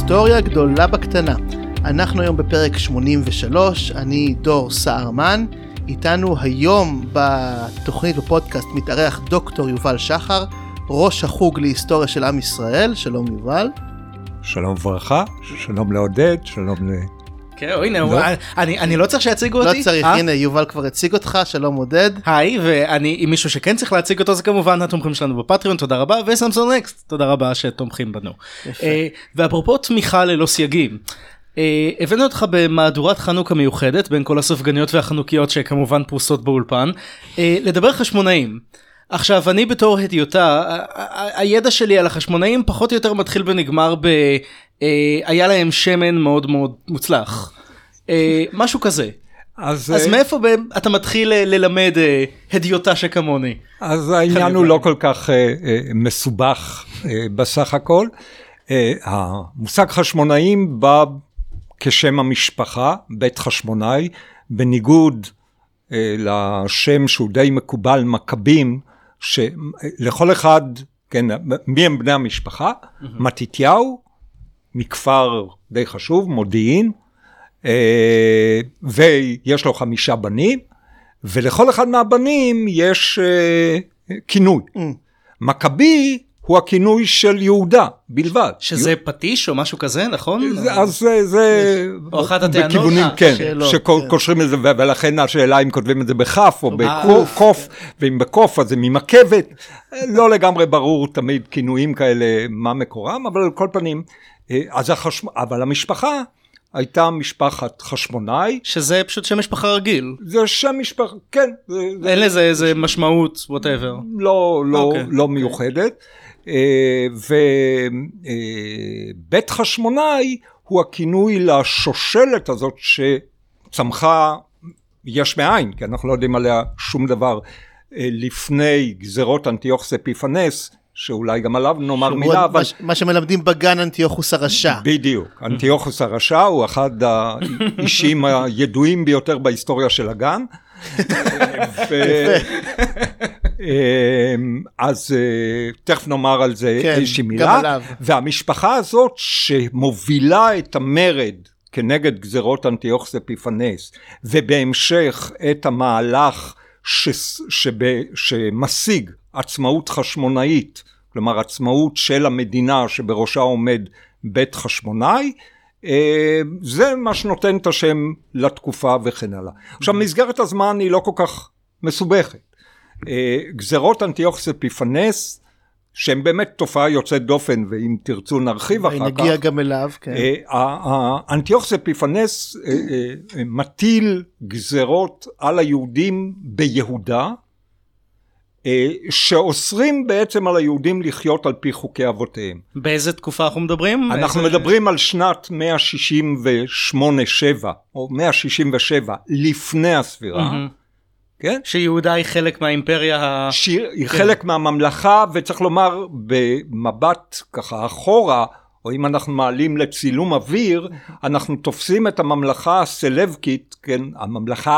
היסטוריה גדולה בקטנה. אנחנו היום בפרק 83, אני דור סערמן. איתנו היום בתוכנית בפודקאסט מתארח דוקטור יובל שחר, ראש החוג להיסטוריה של עם ישראל. שלום יובל. שלום וברכה, שלום לעודד, שלום ל... כן, הנה, אני לא צריך שיציגו אותי? לא צריך, הנה יובל כבר הציג אותך, שלום עודד. היי, ואני, עם מישהו שכן צריך להציג אותו, זה כמובן התומכים שלנו בפטריון, תודה רבה, וסמסון נקסט, תודה רבה שתומכים בנו. ואפרופו תמיכה ללא סייגים, הבאנו אותך במהדורת חנוכה מיוחדת, בין כל הסופגניות והחנוכיות שכמובן פרוסות באולפן, לדבר חשמונאים. עכשיו, אני בתור הדיוטה, הידע שלי על החשמונאים פחות או יותר מתחיל ונגמר היה להם שמן מאוד מאוד מוצלח. משהו כזה. אז מאיפה אתה מתחיל ללמד הדיוטה שכמוני? אז העניין הוא לא כל כך מסובך בסך הכל. המושג חשמונאים בא כשם המשפחה, בית חשמונאי, בניגוד לשם שהוא די מקובל, מכבים, שלכל אחד, כן, מי הם בני המשפחה? מתתיהו, מכפר די חשוב, מודיעין, ויש לו 5 בנים, ולכל אחד מהבנים יש כינוי. מכבי הוא הכינוי של יהודה בלבד. שזה פטיש או משהו כזה, נכון? אז זה בכיוונים, כן, שקושרים את זה, ולכן השאלה אם כותבים את זה בחף או בקוף, ואם בקוף אז זה ממכבת, לא לגמרי ברור תמיד כינויים כאלה מה מקורם, אבל על כל פנים, אבל המשפחה הייתה משפחת חשמונאי. שזה פשוט שם משפחה רגיל. זה שם משפחה, כן. אין לזה איזה משמעות, whatever. לא מיוחדת. ובית חשמונאי הוא הכינוי לשושלת הזאת שצמחה יש מאין, כי אנחנו לא יודעים עליה שום דבר לפני גזרות אנטיוכוס אפיפנס, שאולי גם עליו נאמר מילה, אבל... מה שמלמדים בגן אנטיוכוס הרשע. בדיוק, אנטיוכוס הרשע הוא אחד האישים הידועים ביותר בהיסטוריה של הגן. אז תכף נאמר על זה איזושהי מילה, והמשפחה הזאת שמובילה את המרד כנגד גזרות אנטיוכוס אפיפנס, ובהמשך את המהלך שמשיג עצמאות חשמונאית, כלומר עצמאות של המדינה שבראשה עומד בית חשמונאי, זה מה שנותן את השם לתקופה וכן הלאה. עכשיו מסגרת הזמן היא לא כל כך מסובכת. גזרות אנטיוכוס אפיפנס, שהן באמת תופעה יוצאת דופן, ואם תרצו נרחיב אחר כך. נגיע גם אליו, כן. אנטיוכוס אפיפנס מטיל גזרות על היהודים ביהודה, שאוסרים בעצם על היהודים לחיות על פי חוקי אבותיהם. באיזה תקופה אנחנו מדברים? אנחנו מדברים על שנת 168-7, או 167 לפני הספירה. כן? שיהודה היא חלק מהאימפריה היא חלק מהממלכה, וצריך לומר במבט ככה אחורה, או אם אנחנו מעלים לצילום אוויר, אנחנו תופסים את הממלכה הסלבקית, כן? הממלכה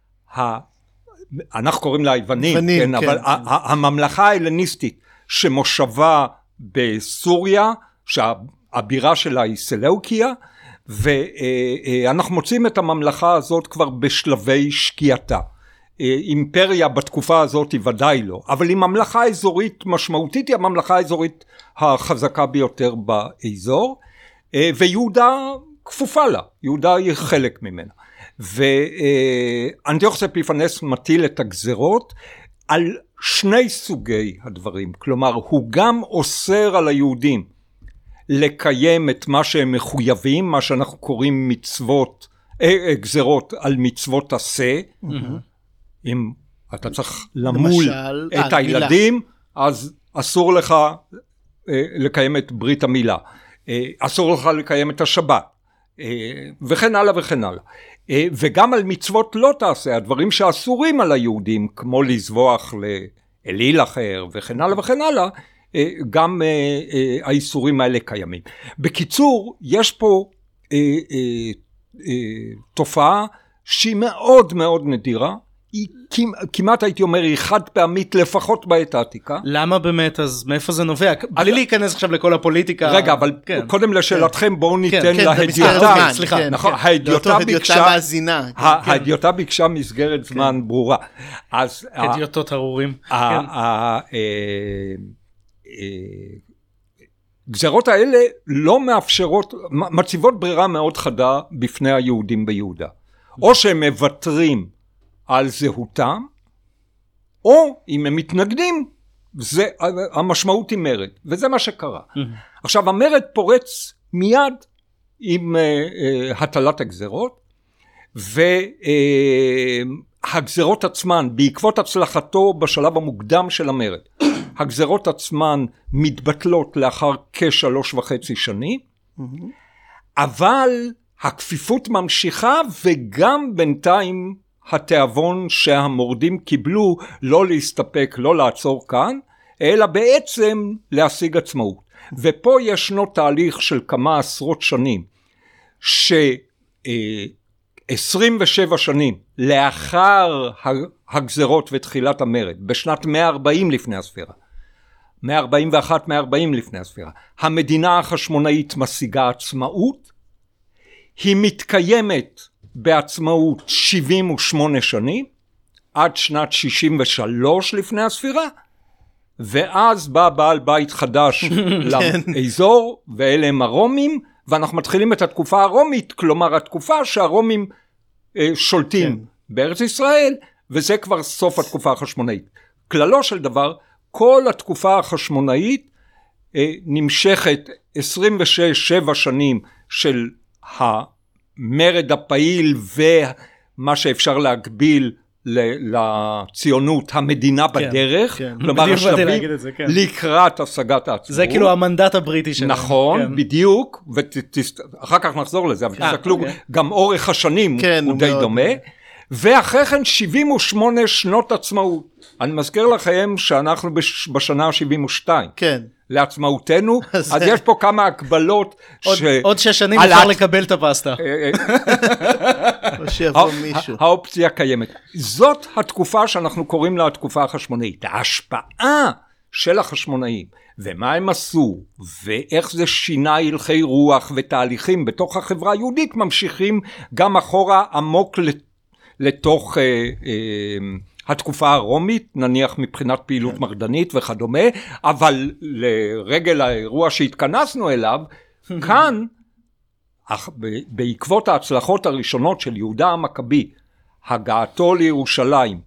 אנחנו קוראים לה היוונית, כן? אבל הממלכה ההלניסטית שמושבה בסוריה, שהבירה שלה היא סלאוקיה, ואנחנו מוצאים את הממלכה הזאת כבר בשלבי שקיעתה. אימפריה בתקופה הזאת היא ודאי לא, אבל היא ממלכה אזורית משמעותית, היא הממלכה האזורית החזקה ביותר באזור, ויהודה כפופה לה, יהודה היא חלק ממנה. ואנטיוכוס אפיפנס מטיל את הגזרות על שני סוגי הדברים, כלומר הוא גם אוסר על היהודים לקיים את מה שהם מחויבים, מה שאנחנו קוראים מצוות, גזרות על מצוות עשה, אם אתה צריך למול את הילדים, אז אסור לך לקיים את ברית המילה, אסור לך לקיים את השבת, וכן הלאה וכן הלאה. וגם על מצוות לא תעשה, הדברים שאסורים על היהודים, כמו לזבוח לאליל אחר וכן הלאה וכן הלאה, גם האיסורים האלה קיימים. בקיצור, יש פה תופעה שהיא מאוד מאוד נדירה, היא כמעט הייתי אומר, היא חד פעמית לפחות בעת העתיקה. למה באמת? אז מאיפה זה נובע? בלי להיכנס עכשיו לכל הפוליטיקה. רגע, אבל קודם לשאלתכם, בואו ניתן להדיוטה. סליחה. נכון, ההדיוטה ביקשה מסגרת זמן ברורה. הדיוטות ארורים. גזרות האלה לא מאפשרות, מציבות ברירה מאוד חדה בפני היהודים ביהודה. או שהם מוותרים על זהותם, או אם הם מתנגדים, המשמעות היא מרד, וזה מה שקרה. עכשיו, המרד פורץ מיד עם הטלת הגזרות, והגזרות עצמן, בעקבות הצלחתו בשלב המוקדם של המרד, הגזרות עצמן מתבטלות לאחר כ3.5 שנים, אבל הכפיפות ממשיכה, וגם בינתיים התיאבון שהמורדים קיבלו לא להסתפק, לא לעצור כאן, אלא בעצם להשיג עצמאות. ופה ישנו תהליך של כמה עשרות שנים, ש27 שנים לאחר הגזרות ותחילת המרד, בשנת 140 לפני הספירה, 141, 140 לפני הספירה, המדינה החשמונאית משיגה עצמאות, היא מתקיימת בעצמאות 78 שנים, עד שנת 63 לפני הספירה, ואז בא בעל בית חדש לאזור, ואלה הם הרומים, ואנחנו מתחילים את התקופה הרומית, כלומר התקופה שהרומים שולטים בארץ ישראל, וזה כבר סוף התקופה החשמונאית. כללו של דבר, כל התקופה החשמונאית נמשכת 26-7 שנים של המרד הפעיל ומה שאפשר להגביל לציונות, המדינה בדרך, כלומר השלבים לקראת השגת העצמאות. זה כאילו המנדט הבריטי שלנו. נכון, בדיוק, ואחר כך נחזור לזה, אבל תסתכלו, גם אורך השנים הוא די דומה, ואחרי כן 78 שנות עצמאות. אני מזכיר לכם שאנחנו בשנה ה-72. כן. לעצמאותנו, אז יש פה כמה הקבלות. עוד 6 שנים אפשר לקבל את הפסטה. או שיבוא מישהו. האופציה קיימת. זאת התקופה שאנחנו קוראים לה התקופה החשמונאית. ההשפעה של החשמונאים, ומה הם עשו, ואיך זה שינה הלכי רוח ותהליכים בתוך החברה היהודית, ממשיכים גם אחורה עמוק לתוך התקופה הרומית, נניח מבחינת פעילות מרדנית וכדומה, אבל לרגל האירוע שהתכנסנו אליו, כאן, בעקבות ההצלחות הראשונות של יהודה המכבי, הגעתו לירושלים,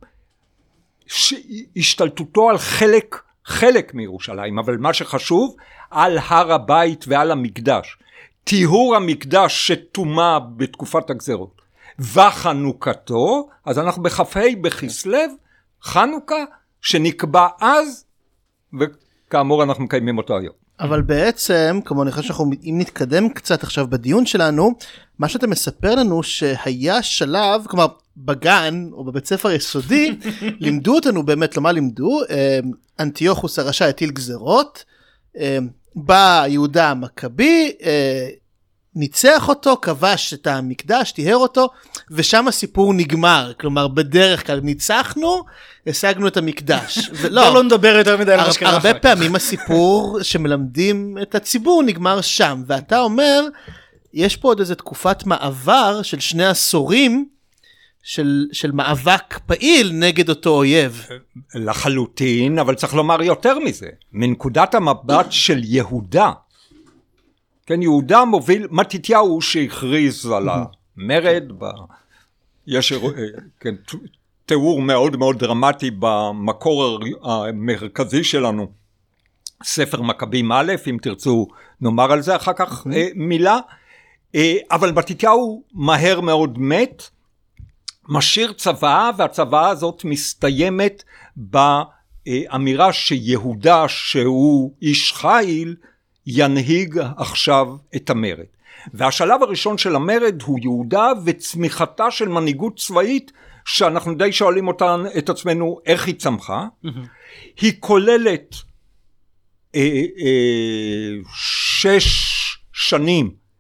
השתלטותו על חלק מירושלים, אבל מה שחשוב, על הר הבית ועל המקדש, טיהור המקדש שטומא בתקופת הגזרות, וחנוכתו, אז אנחנו בכ"ה בכסלו, חנוכה, שנקבע אז, וכאמור אנחנו מקיימים אותו היום. אבל בעצם, כמו אני חושב שאנחנו, אם נתקדם קצת עכשיו בדיון שלנו, מה שאתה מספר לנו שהיה שלב, כלומר בגן או בבית ספר יסודי, לימדו אותנו באמת, למה לימדו? אנטיוכוס הרשע הטיל גזרות, בא יהודה המכבי, ניצח אותו, כבש את המקדש, טיהר אותו, ושם הסיפור נגמר. כלומר, בדרך כלל ניצחנו, השגנו את המקדש. לא נדבר יותר מדי על מה שקרה. הרבה פעמים הסיפור שמלמדים את הציבור נגמר שם, ואתה אומר, יש פה עוד איזו תקופת מעבר של 2 עשורים, של מאבק פעיל נגד אותו אויב. לחלוטין, אבל צריך לומר יותר מזה. מנקודת המבט של יהודה, כן, יהודה מוביל, מתתיהו שהכריז על המרד, יש כן, תיאור מאוד מאוד דרמטי במקור המרכזי שלנו, ספר מכבים א', אם תרצו נאמר על זה אחר כך מילה, אבל מתתיהו מהר מאוד מת, משאיר צבא, והצבא הזאת מסתיימת באמירה שיהודה שהוא איש חיל, ינהיג עכשיו את המרד. והשלב הראשון של המרד הוא יהודה וצמיחתה של מנהיגות צבאית, שאנחנו די שואלים את עצמנו איך היא צמחה. היא כוללת 6 שנים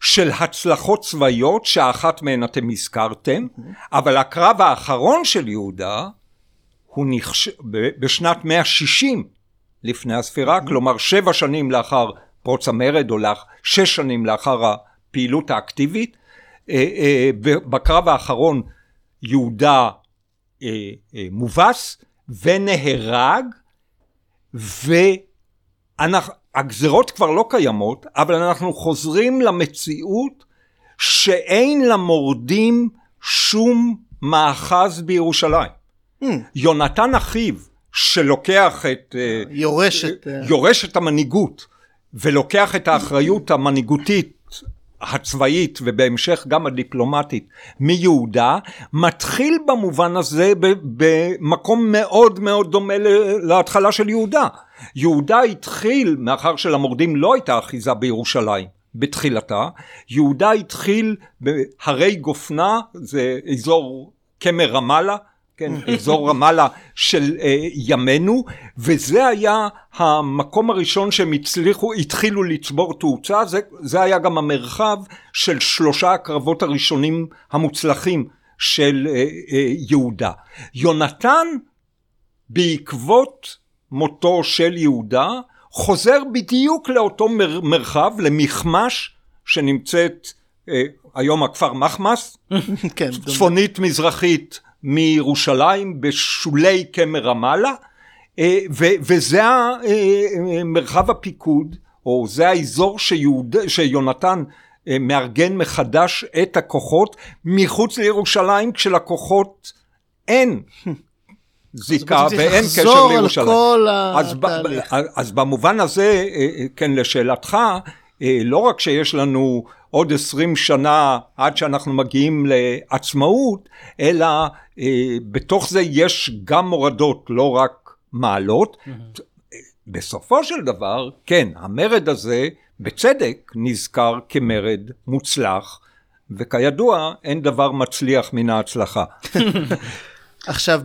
של הצלחות צבאיות, שאחת מהן אתם הזכרתם, אבל הקרב האחרון של יהודה, הוא בשנת 160 לפני הספירה, כלומר 7 שנים לאחר פרוץ המרד, או 6 שנים לאחר הפעילות האקטיבית. בקרב האחרון יהודה מובס ונהרג, והגזרות כבר לא קיימות, אבל אנחנו חוזרים למציאות שאין למורדים שום מאחז בירושלים. יונתן אחיו שלוקח יורש את המנהיגות ולוקח את האחריות המנהיגותית הצבאית ובהמשך גם הדיפלומטית מיהודה, מתחיל במובן הזה במקום מאוד מאוד דומה להתחלה של יהודה. יהודה התחיל, מאחר שלמורדים לא הייתה אחיזה בירושלים בתחילתה, יהודה התחיל בהרי גופנה, זה אזור קמר רמאללה, כן, אזור רמאללה של ימינו, וזה היה המקום הראשון שהם התחילו לצבור תאוצה. זה היה גם המרחב של 3 הקרבות הראשונים המוצלחים של יהודה. יונתן, בעקבות מותו של יהודה, חוזר בדיוק לאותו מרחב, למחמש שנמצאת היום הכפר מחמס, כן, צפונית מזרחית מירושלים, בשולי קמר רמאללה, וזה מרחב הפיקוד, או זה האזור שיונתן מארגן מחדש את הכוחות מחוץ לירושלים, כשלכוחות אין זיקה ואין קשר לירושלים. אז במובן הזה, כן, לשאלתך, לא רק שיש לנו עוד 20 שנה עד שאנחנו מגיעים לעצמאות, אלא בתוך זה יש גם מורדות, לא רק מעלות. בסופו של דבר, כן, המרד הזה בצדק נזכר כמרד מוצלח, וכידוע אין דבר מצליח מן ההצלחה. עכשיו,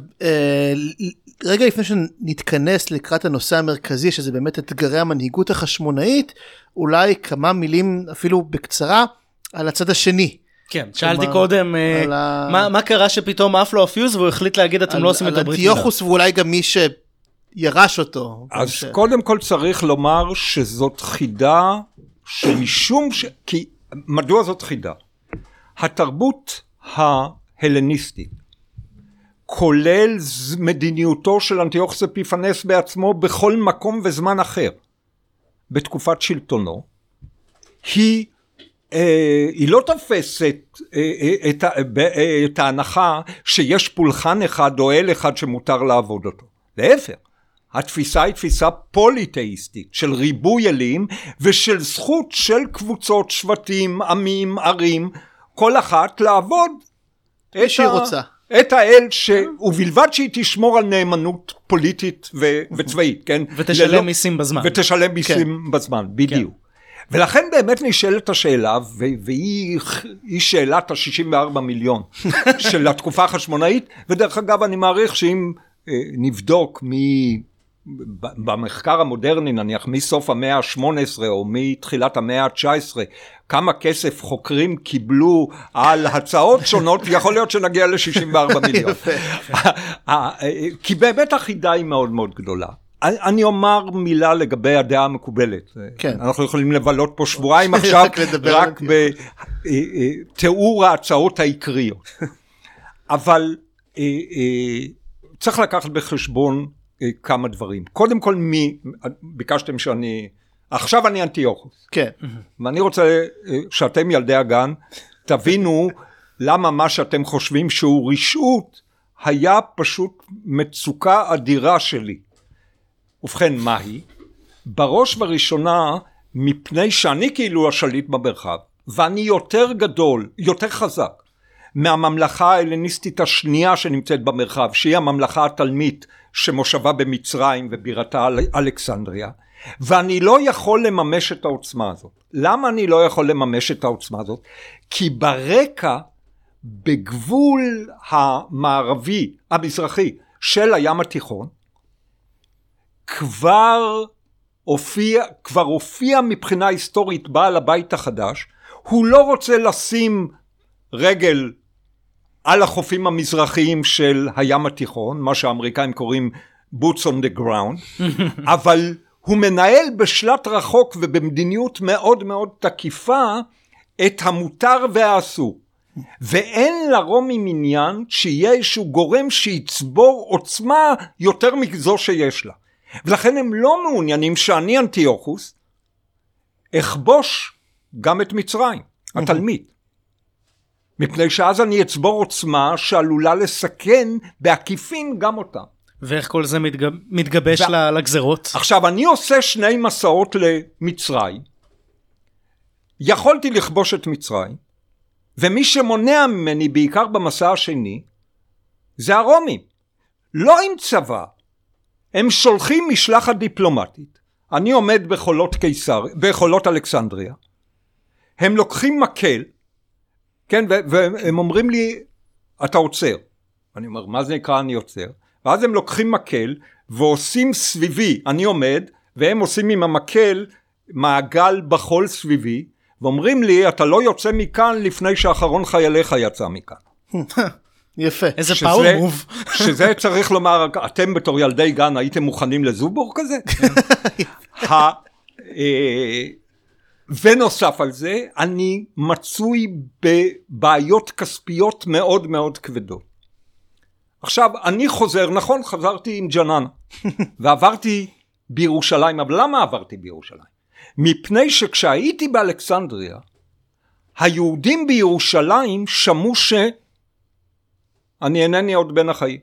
רגע לפני שנתכנס לקראת הנושא המרכזי, שזה באמת אתגרי המנהיגות החשמונאית, אולי כמה מילים אפילו בקצרה על הצד השני. כן, שאלתי קודם, מה קרה שפתאום אף לו הפיוז, והוא החליט להגיד אתם לא עושים את הברית מילה. על אנטיוכוס ואולי גם מי שירש אותו. אז קודם כל צריך לומר שזאת חידה שמשום כי מדוע זאת חידה? התרבות ההלניסטית, כולל מדיניותו של אנטיוכוס אפיפנס בעצמו בכל מקום וזמן אחר בתקופת שלטונו, היא לא תופסת את ההנחה שיש פולחן אחד או אל אחד שמותר לעבוד אותו. להפך, התפיסה היא תפיסה פוליתאיסטית של ריבוי אלים ושל זכות של קבוצות, שבטים, עמים, ערים, כל אחת לעבוד שהיא רוצה. את האל ובלבד שהיא תשמור על נאמנות פוליטית וצבאית, כן? ותשלם מיסים בזמן. ותשלם מיסים בזמן, בדיוק. ולכן באמת נשאלת השאלה, והיא שאלת ה-64 מיליון של התקופה החשמונאית, ודרך אגב אני מעריך שאם נבדוק במחקר המודרני, נניח מסוף המאה ה-18 או מתחילת המאה ה-19, כמה כסף חוקרים קיבלו על הצעות שונות, יכול להיות שנגיע ל-64 מיליון. כי באמת החידה היא מאוד מאוד גדולה. אני אומר מילה לגבי הדעה המקובלת. כן. אנחנו יכולים לבלות פה שבועיים עכשיו, רק בתיאור ההצעות העיקריות. אבל צריך לקחת בחשבון כמה דברים. קודם כל, ביקשתם עכשיו אני אנטיוכוס. כן. ואני רוצה שאתם ילדי הגן, תבינו למה מה שאתם חושבים שהוא רשעות, היה פשוט מצוקה אדירה שלי. ובכן, מהי? בראש ובראשונה, מפני שאני כאילו השליט במרחב, ואני יותר גדול, יותר חזק, מהממלכה ההלניסטית השנייה שנמצאת במרחב, שהיא הממלכה התלמית שמושבה במצרים ובירתה אלכסנדריה, ואני לא יכול לממש את העוצמה הזאת. למה אני לא יכול לממש את העוצמה הזאת? כי ברקע, בגבול המערבי, המזרחי, של הים התיכון, כבר הופיע מבחינה היסטורית בעל הבית החדש, הוא לא רוצה לשים רגל על החופים המזרחיים של הים התיכון, מה שהאמריקאים קוראים boots on the ground, אבל הוא מנהל בשלט רחוק ובמדיניות מאוד מאוד תקיפה את המותר והאסור. ואין לרומים עניין שיהיה איזשהו גורם שיצבור עוצמה יותר מזו שיש לה. ולכן הם לא מעוניינים שאני אנטיוכוס אכבוש גם את מצרים, התלמיד. מפני שאז אני אצבור עוצמה שעלולה לסכן בעקיפין גם אותם. ואיך כל זה מתגבש לגזרות? עכשיו, אני עושה 2 מסעות למצרים. יכולתי לכבוש את מצרים, ומי שמונע ממני בעיקר במסע השני, זה הרומים. לא עם צבא. הם שולחים משלחת דיפלומטית. אני עומד בחולות אלכסנדריה. הם לוקחים מקל, כן, והם אומרים לי, אתה עוצר. אני אומר, מה זה נקרא אני עוצר? ואז הם לוקחים מקל ועושים סביבי, אני עומד, והם עושים עם המקל מעגל בחול סביבי, ואומרים לי, אתה לא יוצא מכאן לפני שאחרון חייליך יצא מכאן. יפה. איזה פאור מוב. שזה צריך לומר, אתם בתור ילדי גן הייתם מוכנים לזובור כזה? ונוסף על זה, אני מצוי בבעיות כספיות מאוד מאוד כבדות. עכשיו, אני חוזר, נכון, חזרתי עם ג'ננה, ועברתי בירושלים, אבל למה עברתי בירושלים? מפני שכשהייתי באלכסנדריה, היהודים בירושלים שמעו שאני אינני עוד בין החיים.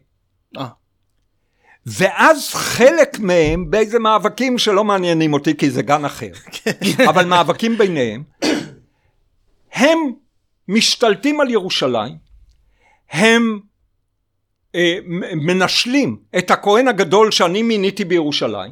ואז חלק מהם, באיזה מאבקים שלא מעניינים אותי, כי זה גן אחר, אבל מאבקים ביניהם, הם משתלטים על ירושלים, הם מנשלים את הכהן הגדול שאני מיניתי בירושלים,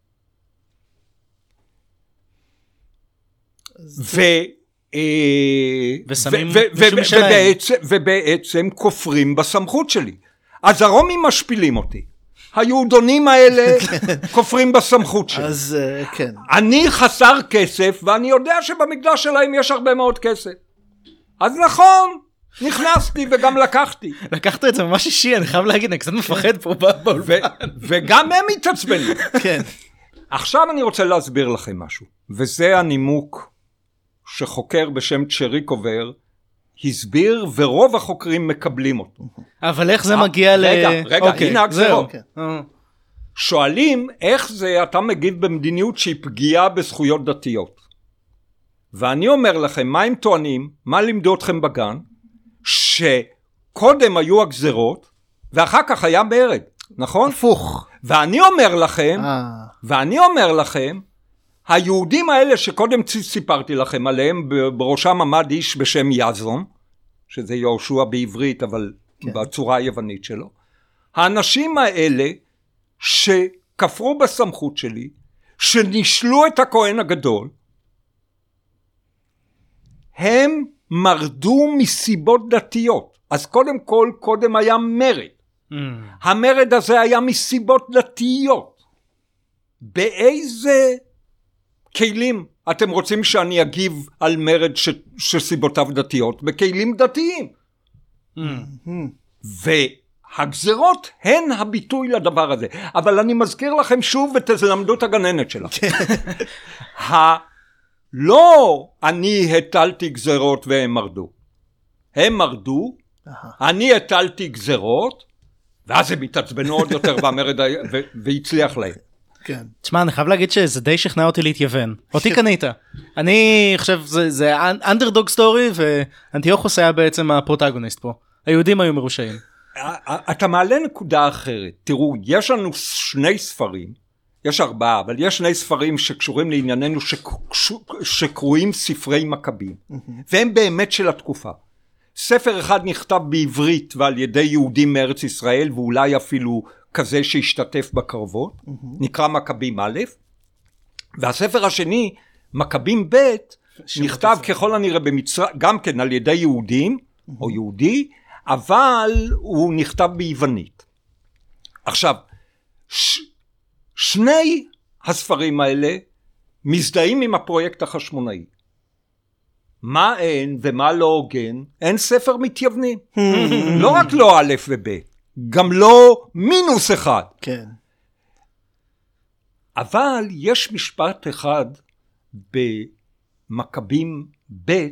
ובעצם כופרים בסמכות שלי. אז הרומים משפילים אותי, היהודונים האלה כופרים בסמכות שלי. אז כן. אני חסר כסף, ואני יודע שבמקדש שלהם יש הרבה מאוד כסף. אז נכון, נכנסתי וגם לקחתי. לקחת את זה ממש אישי, אני חייב להגיד, אני קצת מפחד פה באולפן. וגם הם התעצבנו. כן. עכשיו אני רוצה להסביר לכם משהו, וזה הנימוק שחוקר בשם צ'ריקובר הסביר, ורוב החוקרים מקבלים אותו. אבל איך זה מגיע רגע, הנה הגזרות. שואלים איך זה אתה מגיב במדיניות שהיא פגיעה בזכויות דתיות. ואני אומר לכם, מה הם טוענים, מה לימדו אתכם בגן, שקודם היו הגזרות, ואחר כך היה מרד, נכון? הפוך. ואני אומר לכם, היהודים האלה שקודם סיפרתי לכם עליהם, בראשם עמד איש בשם יזון, שזה יהושע בעברית, אבל כן. בצורה היוונית שלו, האנשים האלה שכפרו בסמכות שלי, שנשלו את הכהן הגדול, הם מרדו מסיבות דתיות. אז קודם היה מרד. המרד הזה היה מסיבות דתיות. באיזה כלים אתם רוצים שאני אגיב על מרד שסיבותיו דתיות? בכלים דתיים. והגזרות הן הביטוי לדבר הזה. אבל אני מזכיר לכם שוב ותלמדו את הגננת שלה. לא אני הטלתי גזרות והם מרדו. הם מרדו, אני הטלתי גזרות, ואז הם התעצבנו עוד יותר במרד והצליח להם. כן. תשמע, אני חייב להגיד שזה די שכנע אותי להתייוון. אותי קנית. אני חושב, זה אנדרדוג סטורי, ואנטיוכוס היה בעצם הפרוטגוניסט פה. היהודים היו מרושעים. אתה מעלה נקודה אחרת. תראו, יש לנו 2 ספרים, יש 4, אבל יש 2 ספרים שקשורים לענייננו, שקרויים ספרי מכבים, והם באמת של התקופה. ספר אחד נכתב בעברית ועל ידי יהודים מארץ ישראל, ואולי אפילו כזה שהשתתף בקרבות, נקרא מכבים א', והספר השני, מכבים ב', נכתב ככל הנראה גם כן על ידי יהודים, או יהודי, אבל הוא נכתב ביוונית. עכשיו, 2 הספרים האלה מזדהים עם הפרויקט החשמונאי. מה אין ומה לא הוגן, אין ספר מתייוונים. לא רק לא א' וב', גם לא מינוס אחד. כן. אבל יש משפט אחד במכבים ב'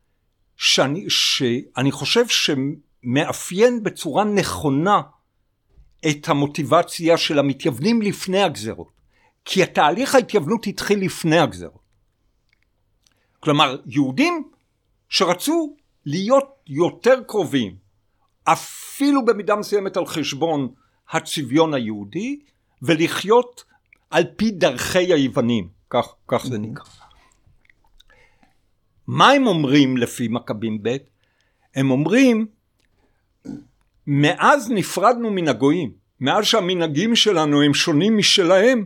שאני חושב שמאפיין בצורה נכונה את המוטיבציה של המתייוונים לפני הגזרות. כי התהליך ההתייוונות התחיל לפני הגזרות. כלומר, יהודים שרצו להיות יותר קרובים, אפילו במידה מסוימת על חשבון הצביון היהודי, ולחיות על פי דרכי היוונים, כך זה נקרא. מה הם אומרים לפי מכבים ב'? הם אומרים, מאז נפרדנו מן הגויים, מאז שהמנהגים שלנו הם שונים משלהם,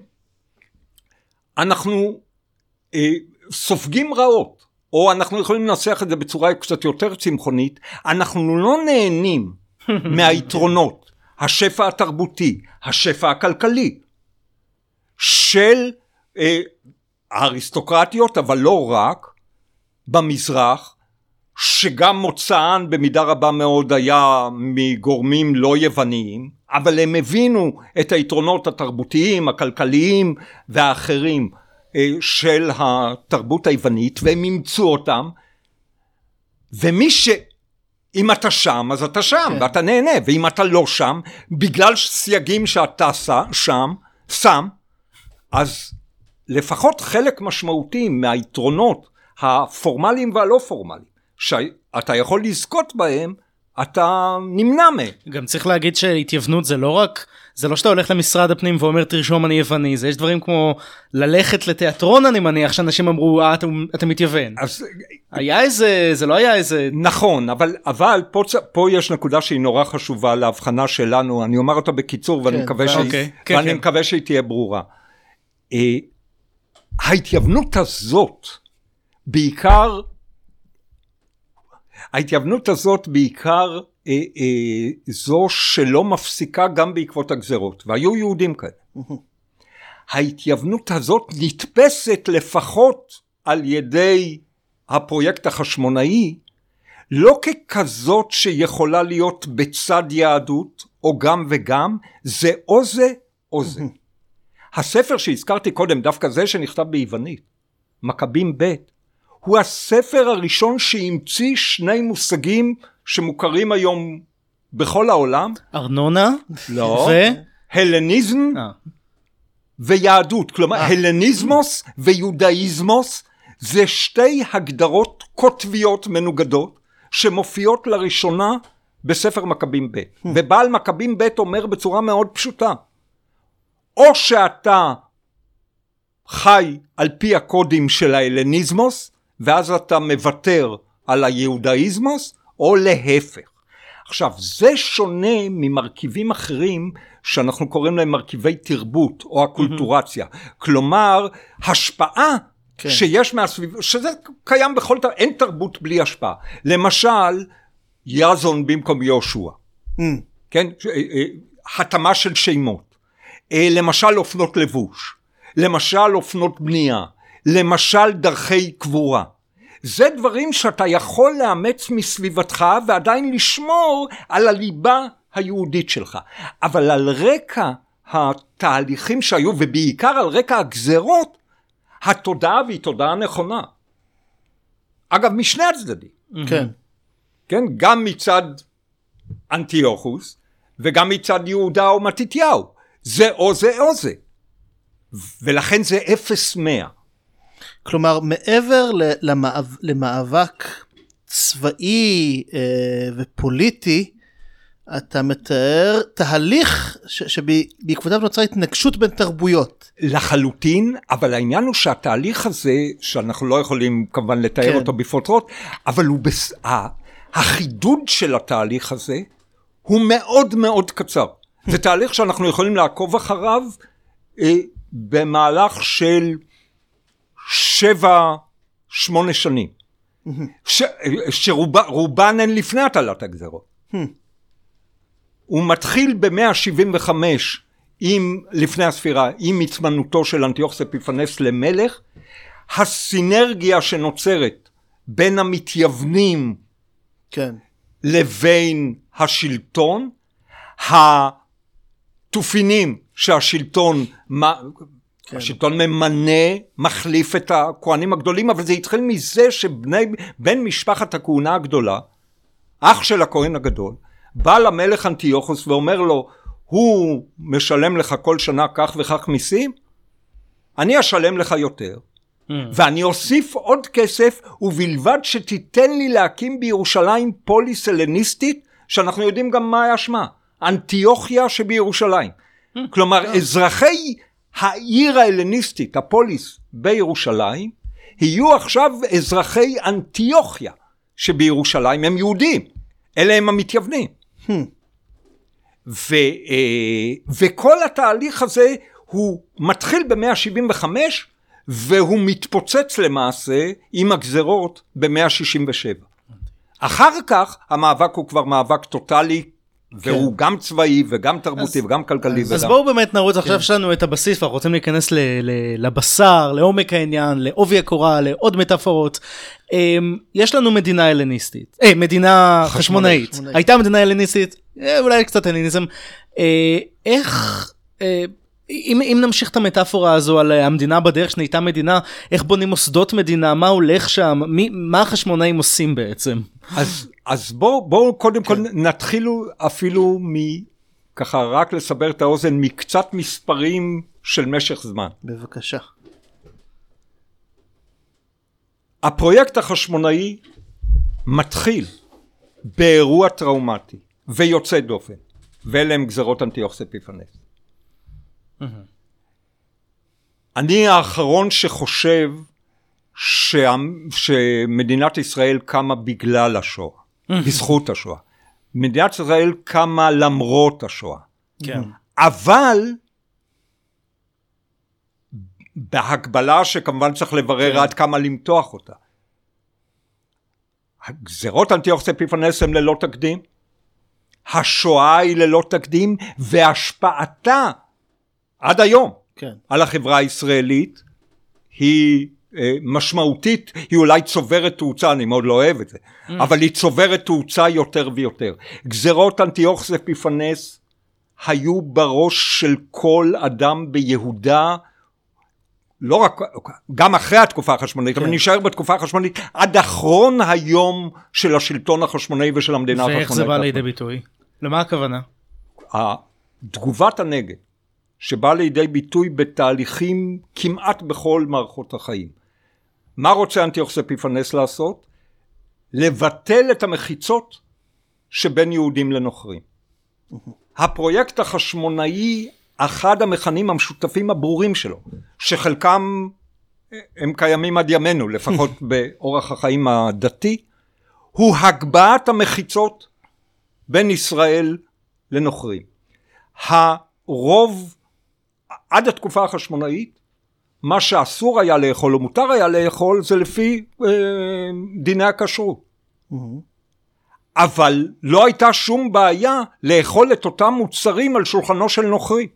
אנחנו סופגים רעות, או אנחנו יכולים לנסח את זה בצורה קצת יותר צמחונית, אנחנו לא נהנים מהיתרונות, השפע התרבותי, השפע הכלכלי, של האריסטוקרטיות, אבל לא רק, במזרח, שגם מוצאן במידה רבה מאוד היה מגורמים לא יווניים, אבל הם הבינו את היתרונות התרבותיים, הכלכליים והאחרים של התרבות היוונית, והם אימצו אותם, ומי אם אתה שם, אז אתה שם, כן. ואתה נהנה, ואם אתה לא שם, בגלל סייגים שאתה שם, אז לפחות חלק משמעותי מהיתרונות הפורמליים והלא פורמליים, שאתה יכול לזכות בהם, אתה נמנע מהם. גם צריך להגיד שהתייוונות זה לא שאתה הולך למשרד הפנים ואומר תרשום אני יווני, זה יש דברים כמו ללכת לתיאטרון, אני מניח שאנשים אמרו אתה מתייוון. זה לא היה איזה... נכון, אבל פה יש נקודה שהיא נורא חשובה להבחנה שלנו, אני אומר אותה בקיצור ואני מקווה שהיא תהיה ברורה. ההתייוונות הזאת בעיקר זו שלא מפסיקה גם בעקבות הגזרות, והיו יהודים כאלה. ההתייוונות הזאת נתפסת לפחות על ידי הפרויקט החשמונאי, לא ככזאת שיכולה להיות בצד יהדות, או גם וגם, זה או זה או זה. הספר שהזכרתי קודם, דווקא זה שנכתב ביוונית, מכבים ב', הוא הספר הראשון שהמציא שני מושגים שמוכרים היום בכל העולם. ארנונה? לא. הלניזם ויהדות. כלומר, הלניזמוס ויודאיזמוס זה שתי הגדרות כותביות מנוגדות שמופיעות לראשונה בספר מכבים ב'. ובעל מכבים ב' אומר בצורה מאוד פשוטה, או שאתה חי על פי הקודים של ההלניזמוס, ואז אתה מוותר על היהודאיזמוס, או להפך. עכשיו, זה שונה ממרכיבים אחרים, שאנחנו קוראים להם מרכיבי תרבות, או הקולטורציה. כלומר, השפעה שיש מהסביבה, שזה קיים בכל תרבות, אין תרבות בלי השפעה. למשל, יזון במקום יהושע. כן? התאמה של שמות. למשל, אופנות לבוש. למשל, אופנות בנייה. למשל, דרכי קבורה. זה דברים שאתה יכול לאמץ מסביבתך ועדיין לשמור על הליבה היהודית שלך. אבל על רקע התהליכים שהיו, ובעיקר על רקע הגזרות, התודעה והיא תודעה נכונה. אגב, משני הצדדים. כן. כן, גם מצד אנטיוכוס, וגם מצד יהודה או מתתיהו. זה או זה או זה. ולכן זה 0-100. כלומר, מעבר למאבק צבאי ופוליטי, אתה מתאר תהליך שבעקבותיו נוצרה התנגשות בין תרבויות. לחלוטין, אבל העניין הוא שהתהליך הזה, שאנחנו לא יכולים כמובן לתאר אותו בפרוטרוט, אבל החידוד של התהליך הזה הוא מאוד מאוד קצר. זה תהליך שאנחנו יכולים לעקוב אחריו במהלך של 7-8 שנים, שרובן הן לפני הטלת הגזרות. הוא מתחיל ב-175 לפני הספירה, עם התמנותו של אנטיוכוס אפיפנס למלך. הסינרגיה שנוצרת בין המתייוונים כן. לבין השלטון, התופינים שהשלטון השלטון ממנה, מחליף את הכהנים הגדולים, אבל זה התחיל מזה שבן משפחת הכהונה הגדולה, אח של הכהן הגדול, בא למלך אנטיוכוס ואומר לו, הוא משלם לך כל שנה כך וכך מיסים, אני אשלם לך יותר, ואני אוסיף עוד כסף, ובלבד שתיתן לי להקים בירושלים פוליס הלניסטית, שאנחנו יודעים גם מה היה שמה, אנטיוכיה שבירושלים. כלומר, אזרחי העיר ההלניסטית, הפוליס בירושלים, יהיו עכשיו אזרחי אנטיוכיה שבירושלים, הם יהודים, אלה הם המתייוונים. וכל התהליך הזה הוא מתחיל ב-175, והוא מתפוצץ למעשה עם הגזרות ב-167. אחר כך המאבק הוא כבר מאבק טוטלי, והוא גם צבאי וגם תרבותי וגם כלכלי. אז בואו באמת נרוץ, עכשיו שלנו את הבסיס, ואנחנו רוצים להיכנס לבשר, לעומק העניין, לעובי הקורה, לעוד מטאפורות. יש לנו מדינה הלניסטית, מדינה חשמונאית. הייתה מדינה הלניסטית, אולי קצת הלניזם. איך... אם נמשיך את המטאפורה הזו על המדינה בדרך שנהייתה מדינה, איך בונים מוסדות מדינה, מה הולך שם, מה החשמונאים עושים בעצם? אז בואו קודם כל נתחילו אפילו ככה רק לסבר את האוזן מקצת מספרים של משך זמן. בבקשה. הפרויקט החשמונאי מתחיל באירוע טראומטי ויוצא דופן, ואלה הם גזרות אנטיוכוס אפיפנס. אני האחרון שחושב שמדינת ישראל קמה בגלל השואה, בזכות השואה. מדינת ישראל קמה למרות השואה. כן. אבל בהקבלה שכמובן צריך לברר עד כמה למתוח אותה. הגזרות אנטיוכוס אפיפנס הם ללא תקדים, השואה היא ללא תקדים, והשפעתה עד היום על החברה הישראלית היא משמעותית, היא אולי צוברת תאוצה, אני מאוד לא אוהב את זה, אבל היא צוברת תאוצה יותר ויותר. גזרות אנטיוכוס אפיפנס היו בראש של כל אדם ביהודה, לא רק, גם אחרי התקופה החשמונאית, אבל נשאר בתקופה החשמונאית עד אחרון היום של השלטון החשמונאי ושל המדינה החשמונאית. ואיך זה בא לידי ביטוי? למה הכוונה? תגובת הנגד, שבא לידי ביטוי בתהליכים כמעט בכל מערכות החיים. מה רוצה אנטיוכוס אפיפנס לעשות? לבטל את המחיצות שבין יהודים לנוכרים. הפרויקט החשמונאי, אחד המכנים המשותפים הברורים שלו, שחלקם הם קיימים עד ימינו, לפחות באורח החיים הדתי, הוא הגבהת המחיצות בין ישראל לנוכרים. הרוב עד התקופה החשמונאית, מה שאסור היה לאכול או מותר היה לאכול, זה לפי דיני הכשרות. אבל לא הייתה שום בעיה לאכול את אותם מוצרים על שולחנו של נוכרי.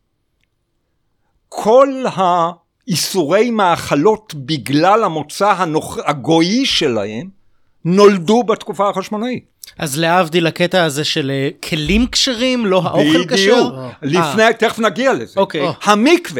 כל האיסורי מאכלות בגלל המוצא הגויי שלהם, נולדו בתקופה החשמונאית. אז להבדיל הקטע הזה של כלים כשרים, לא האוכל כשר? לפני, תכף נגיע לזה. אוקיי. המקווה,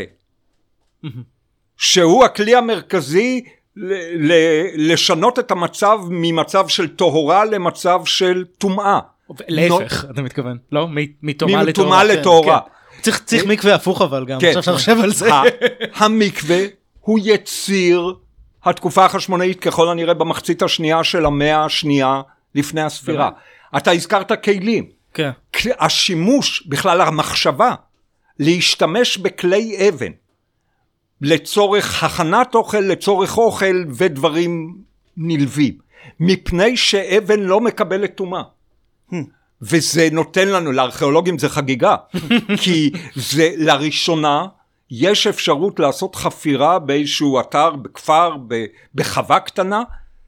שהוא הכלי המרכזי לשנות את המצב ממצב של טהורה למצב של טומאה. להפך, אתה מתכוון, לא? מטומאה לטהורה. מטומאה לטהורה. צריך מקווה הפוך אבל גם, עכשיו שאני חושב על זה. המקווה הוא יציר התקופה החשמונאית ככל הנראה במחצית השנייה של המאה השנייה לפני הספירה. אתה הזכרת כלים. כן. השימוש, בכלל המחשבה, להשתמש בכלי אבן, לצורך הכנת אוכל, לצורך אוכל ודברים נלווים. מפני שאבן לא מקבלת טומאה. וזה נותן לנו, לארכיאולוגים זה חגיגה. כי זה לראשונה, יש אפשרות לעשות חפירה באיזשהו אתר, בכפר, בחווה קטנה,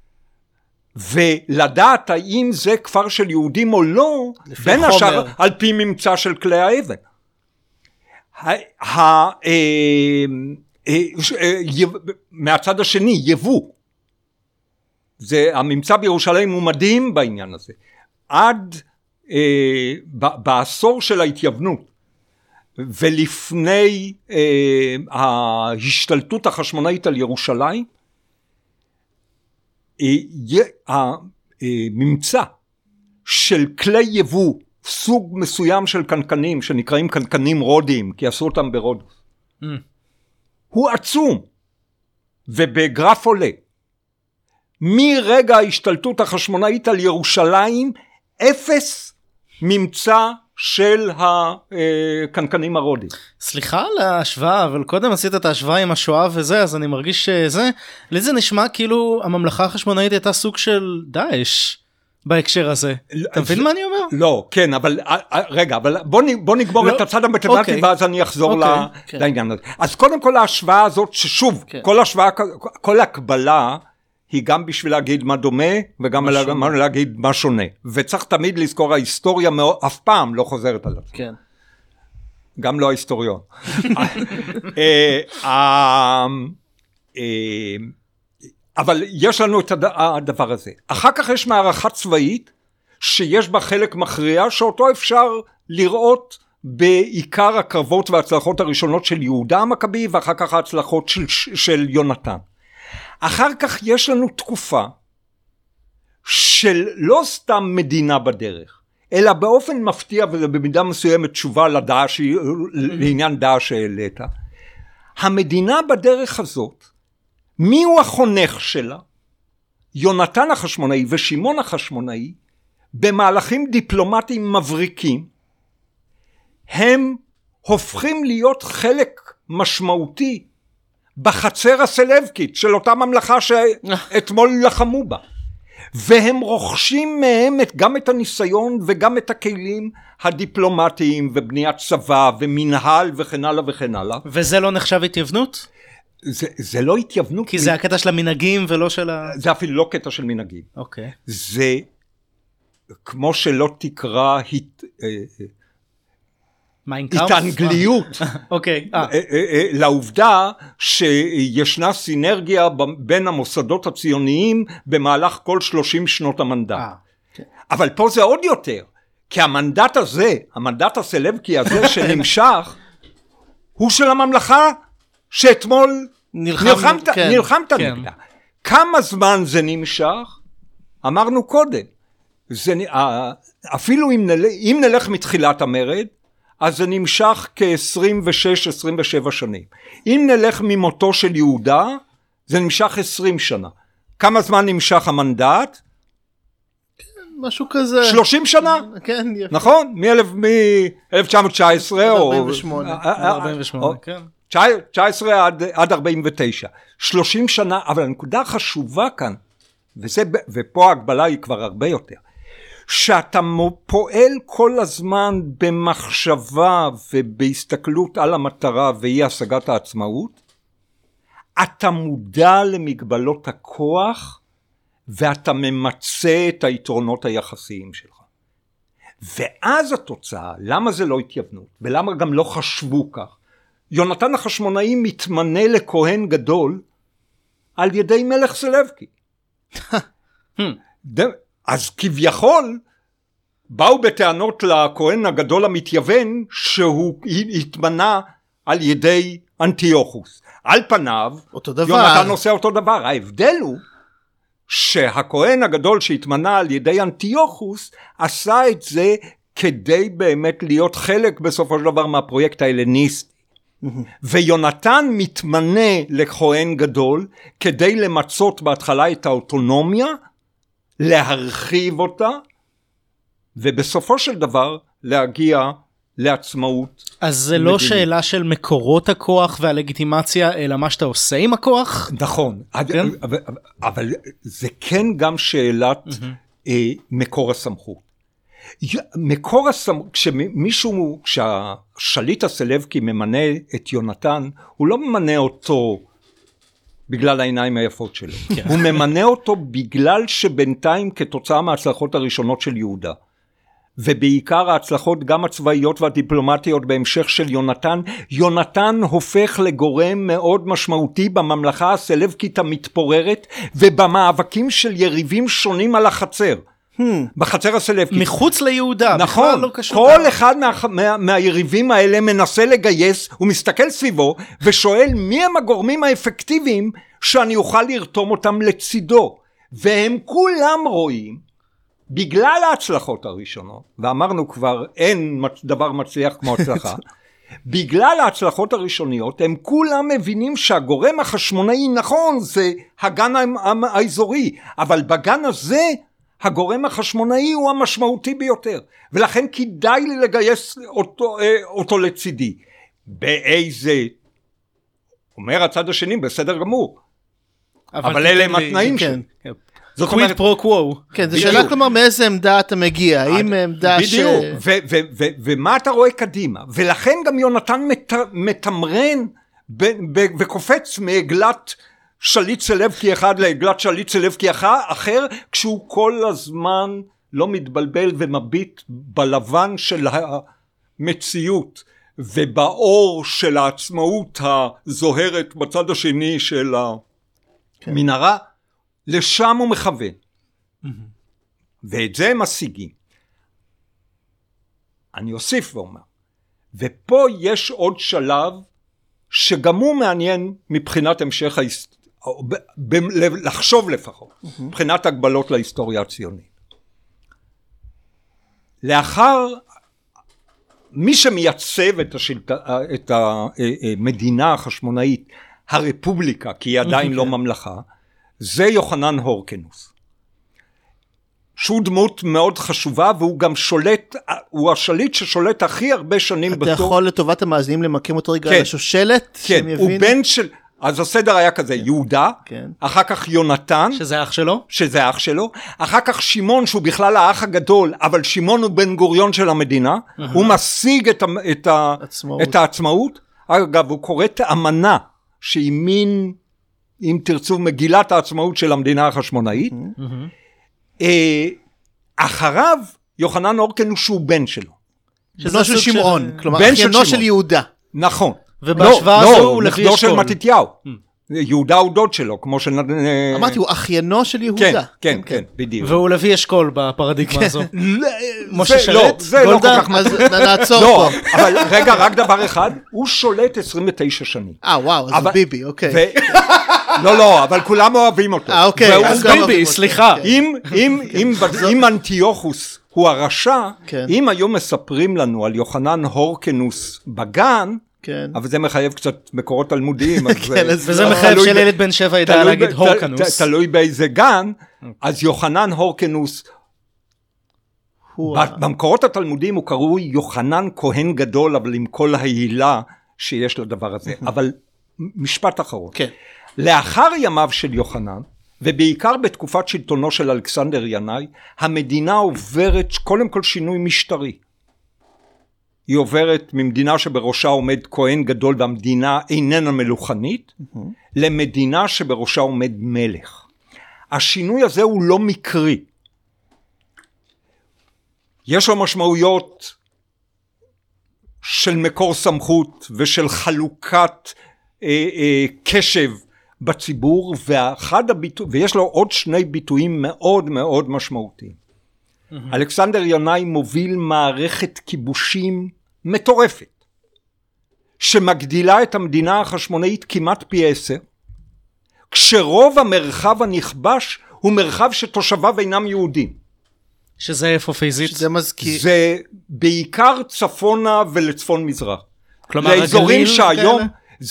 ולדעת האם זה כפר של יהודים או לא, בין השאר על פי ממצא של כלי האבן. מהצד השני, יבוא. הממצא בירושלים הוא מדהים בעניין הזה. עד בעשור של ההתייוונות, ולפני ההשתלטות החשמונאית על ירושלים, הממצא של כלי יבוא, סוג מסוים של קנקנים, שנקראים קנקנים רודיים, כי עשו אותם ברודוס, הוא עצום, ובגרף עולה. מרגע ההשתלטות החשמונאית על ירושלים, 0 ממצא של הקנקנים הרודיים. סליחה על ההשוואה, אבל קודם עשית את ההשוואה עם השואה וזה, אז אני מרגיש שזה, לזה נשמע כאילו הממלכה החשמונאית הייתה סוג של דאעש בהקשר הזה. אתה מבין מה אני אומר? לא, כן, אבל רגע, אבל בוא נגמור את הצד המתמטי, ואז אני אחזור לעניין הזה. אז קודם כל ההשוואה הזאת, ששוב, כל השוואה, כל הקבלה, היא גם בשביל להגיד מה דומה, וגם להגיד מה שונה. וצריך תמיד לזכור, ההיסטוריה אף פעם לא חוזרת על עצמה. כן. גם לא ההיסטוריון. אבל יש לנו את הדבר הזה. אחר כך יש מערכה צבאית, שיש בה חלק מכריע, שאותו אפשר לראות בעיקר הקרבות וההצלחות הראשונות של יהודה המכבי, ואחר כך ההצלחות של יונתן. אחר כך יש לנו תקופה של לא סתם מדינה בדרך, אלא באופן מפתיע, וזה במידה מסוימת תשובה לעניין דעה שהעלית. המדינה בדרך הזאת, מי הוא החונך שלה? יונתן החשמונאי ושמעון החשמונאי, במהלכים דיפלומטיים מבריקים, הם הופכים להיות חלק משמעותי, בחצר הסלבקית של אותה ממלכה שאתמול לחמו בה. והם רוכשים מהם גם את הניסיון וגם את הכלים הדיפלומטיים ובניית צבא ומנהל וכן הלאה וכן הלאה. וזה לא נחשב התייוונות? זה לא התייוונות. כי זה הקטע של המנהגים ולא של זה אפילו לא קטע של מנהגים. אוקיי. זה כמו שלא תקרא התאנגליות לעובדה שישנה סינרגיה בין המוסדות הציוניים במהלך כל 30 שנות המנדט. אבל פה זה עוד יותר, כי המנדט הזה, המנדט הסלבקי הזה שנמשך, הוא של הממלכה שאתמול נלחמת נגדה. כמה זמן זה נמשך? אמרנו קודם, אפילו אם נלך מתחילת המרד, אז זה נמשך כ-26-27 שנים. אם נלך ממותו של יהודה, זה נמשך 20 שנה. כמה זמן נמשך המנדט? משהו כזה. 30 שנה? כן, יפה. נכון? מ-1919 או... 48, כן. 19 עד 49. 30 שנה, אבל הנקודה החשובה כאן, ופה ההגבלה היא כבר הרבה יותר, שאתה פועל כל הזמן במחשבה ובהסתכלות על המטרה והיא השגת העצמאות, אתה מודע למגבלות הכוח ואתה ממצא את היתרונות היחסיים שלך. ואז התוצאה, למה זה לא התייוונות ולמה גם לא חשבו כך? יונתן החשמונאי מתמנה לכהן גדול על ידי מלך סלבקי. אז כביכול באו בטענות לכהן הגדול המתייוון שהוא התמנה על ידי אנטיוכוס. על פניו יונתן עושה אותו דבר. ההבדל הוא שהכהן הגדול שהתמנה על ידי אנטיוכוס עשה את זה כדי באמת להיות חלק בסופו של דבר מהפרויקט ההלניסטי. ויונתן מתמנה לכהן גדול כדי למצות בהתחלה את האוטונומיה, להרחיב אותה, ובסופו של דבר להגיע לעצמאות. אז זה לא שאלה של מקורות הכוח והלגיטימציה, אלא מה שאתה עושה עם הכוח? נכון, אבל זה כן גם שאלת מקור הסמכות. מקור הסמכות, כשהשליט הסלבקי ממנה את יונתן, הוא לא ממנה אותו בגלל העיניים היפות שלו. הוא ממנה אותו בגלל שבינתיים כתוצאה מההצלחות הראשונות של יהודה, ובעיקר ההצלחות גם הצבאיות והדיפלומטיות בהמשך של יונתן. יונתן הופך לגורם מאוד משמעותי בממלכה הסלבקית המתפוררת, ובמאבקים של יריבים שונים על החצר. בחצר הסלבקית. מחוץ ליהודה. נכון, לא כל אחד מהיריבים האלה מנסה לגייס, הוא מסתכל סביבו ושואל מי הם הגורמים האפקטיביים שאני אוכל לרתום אותם לצידו. והם כולם רואים, בגלל ההצלחות הראשונות, ואמרנו כבר אין דבר מצליח כמו הצלחה, בגלל ההצלחות הראשוניות הם כולם מבינים שהגורם החשמונאי נכון זה הגן האזורי, אבל בגן הזה הגורם החשמונאי הוא המשמעותי ביותר, ולכן כדאי לי לגייס אותו לצידי. באיזה, אומר הצד השני, בסדר גמור, אבל אלה הם התנאים כן. זאת קוויד פרו קוו. כן, זו שאלה כלומר מאיזה עמדה אתה מגיע, האם עמדה ש... בדיוק, ומה אתה רואה קדימה, ולכן גם יונתן מתמרן וקופץ מעגלת שליט סלבקי אחד לעגלת שליט סלבקי אחר, כשהוא כל הזמן לא מתבלבל ומביט בלבן של המציאות ובאור של העצמאות הזוהרת בצד השני של המנהרה, לשם הוא מכוון. ואת זה הם משיגים. אני אוסיף ואומר, ופה יש עוד שלב שגם הוא מעניין מבחינת המשך לחשוב לפחות, מבחינת הגבלות להיסטוריה הציונית. לאחר מי שמייצב את המדינה החשמונאית, הרפובליקה, כי היא עדיין לא ממלכה, זה יוחנן הורקנוס. שהוא דמות מאוד חשובה, והוא גם שולט, הוא השליט ששולט הכי הרבה שנים אתה יכול לטובת המאזינים למקם אותו רגע על השושלת? כן, הוא בן של, אז הסדר היה כזה, יהודה, אחר כך יונתן, שזה אח שלו, אחר כך שמעון, שהוא בכלל האח הגדול, אבל שמעון הוא בן גוריון של המדינה, הוא משיג את העצמאות, אגב, הוא קורא את האמנה, שהיא מין, אם תרצו, מגילת העצמאות של המדינה החשמונאית, אחריו יוחנן הורקנוס שהוא בן שלו. בנו של שמעון, כלומר אחיינו של יהודה. נכון. ובהשוואה הזו הוא לוי נכדו של אשכול. מתתיהו. יהודה הוא דוד שלו, כמו של... אמרתי, הוא אחיינו של יהודה. כן, בדיוק. והוא לוי אשכול בפרדיגמה הזו. משה שלט? זה לא כל כך... אז נעצור לא, פה. אבל רגע, רק דבר אחד, הוא שולט 29 שנים. וואו, אז ביבי, אוקיי. לא, אבל כולם אוהבים אותו. אוקיי. אז ביבי, סליחה. אם אנטיוכוס הוא הרשע, אם היו מספרים לנו על יוחנן הורקנוס בגן, אבל זה מחייב קצת מקורות תלמודיים. וזה מחייב של ילד בן 7 ידע להגיד הורקנוס. תלוי באיזה גן, אז יוחנן הורקנוס, במקורות התלמודיים הוא קרוי יוחנן כהן גדול, אבל עם כל ההילה שיש לדבר הזה. אבל משפט אחרון. לאחר ימיו של יוחנן, ובעיקר בתקופת שלטונו של אלכסנדר ינאי, המדינה עוברת קודם כל שינוי משטרי. היא עוברת ממדינה שבראשה עומד כהן גדול והמדינה איננה מלוכנית, למדינה שבראשה עומד מלך. השינוי הזה הוא לא מקרי. יש לו משמעויות של מקור סמכות ושל חלוקת קשב בציבור, ויש לו עוד שני ביטויים מאוד מאוד משמעותיים. אלכסנדר ינאי מוביל מערכת כיבושים מטורפת, שמגדילה את המדינה החשמונאית כמעט פי 10, כשרוב המרחב הנכבש הוא מרחב שתושביו אינם יהודים. שזה איפה פיזית? שזה מזכיר. זה בעיקר צפונה ולצפון מזרח. כלומר הגליל שהיום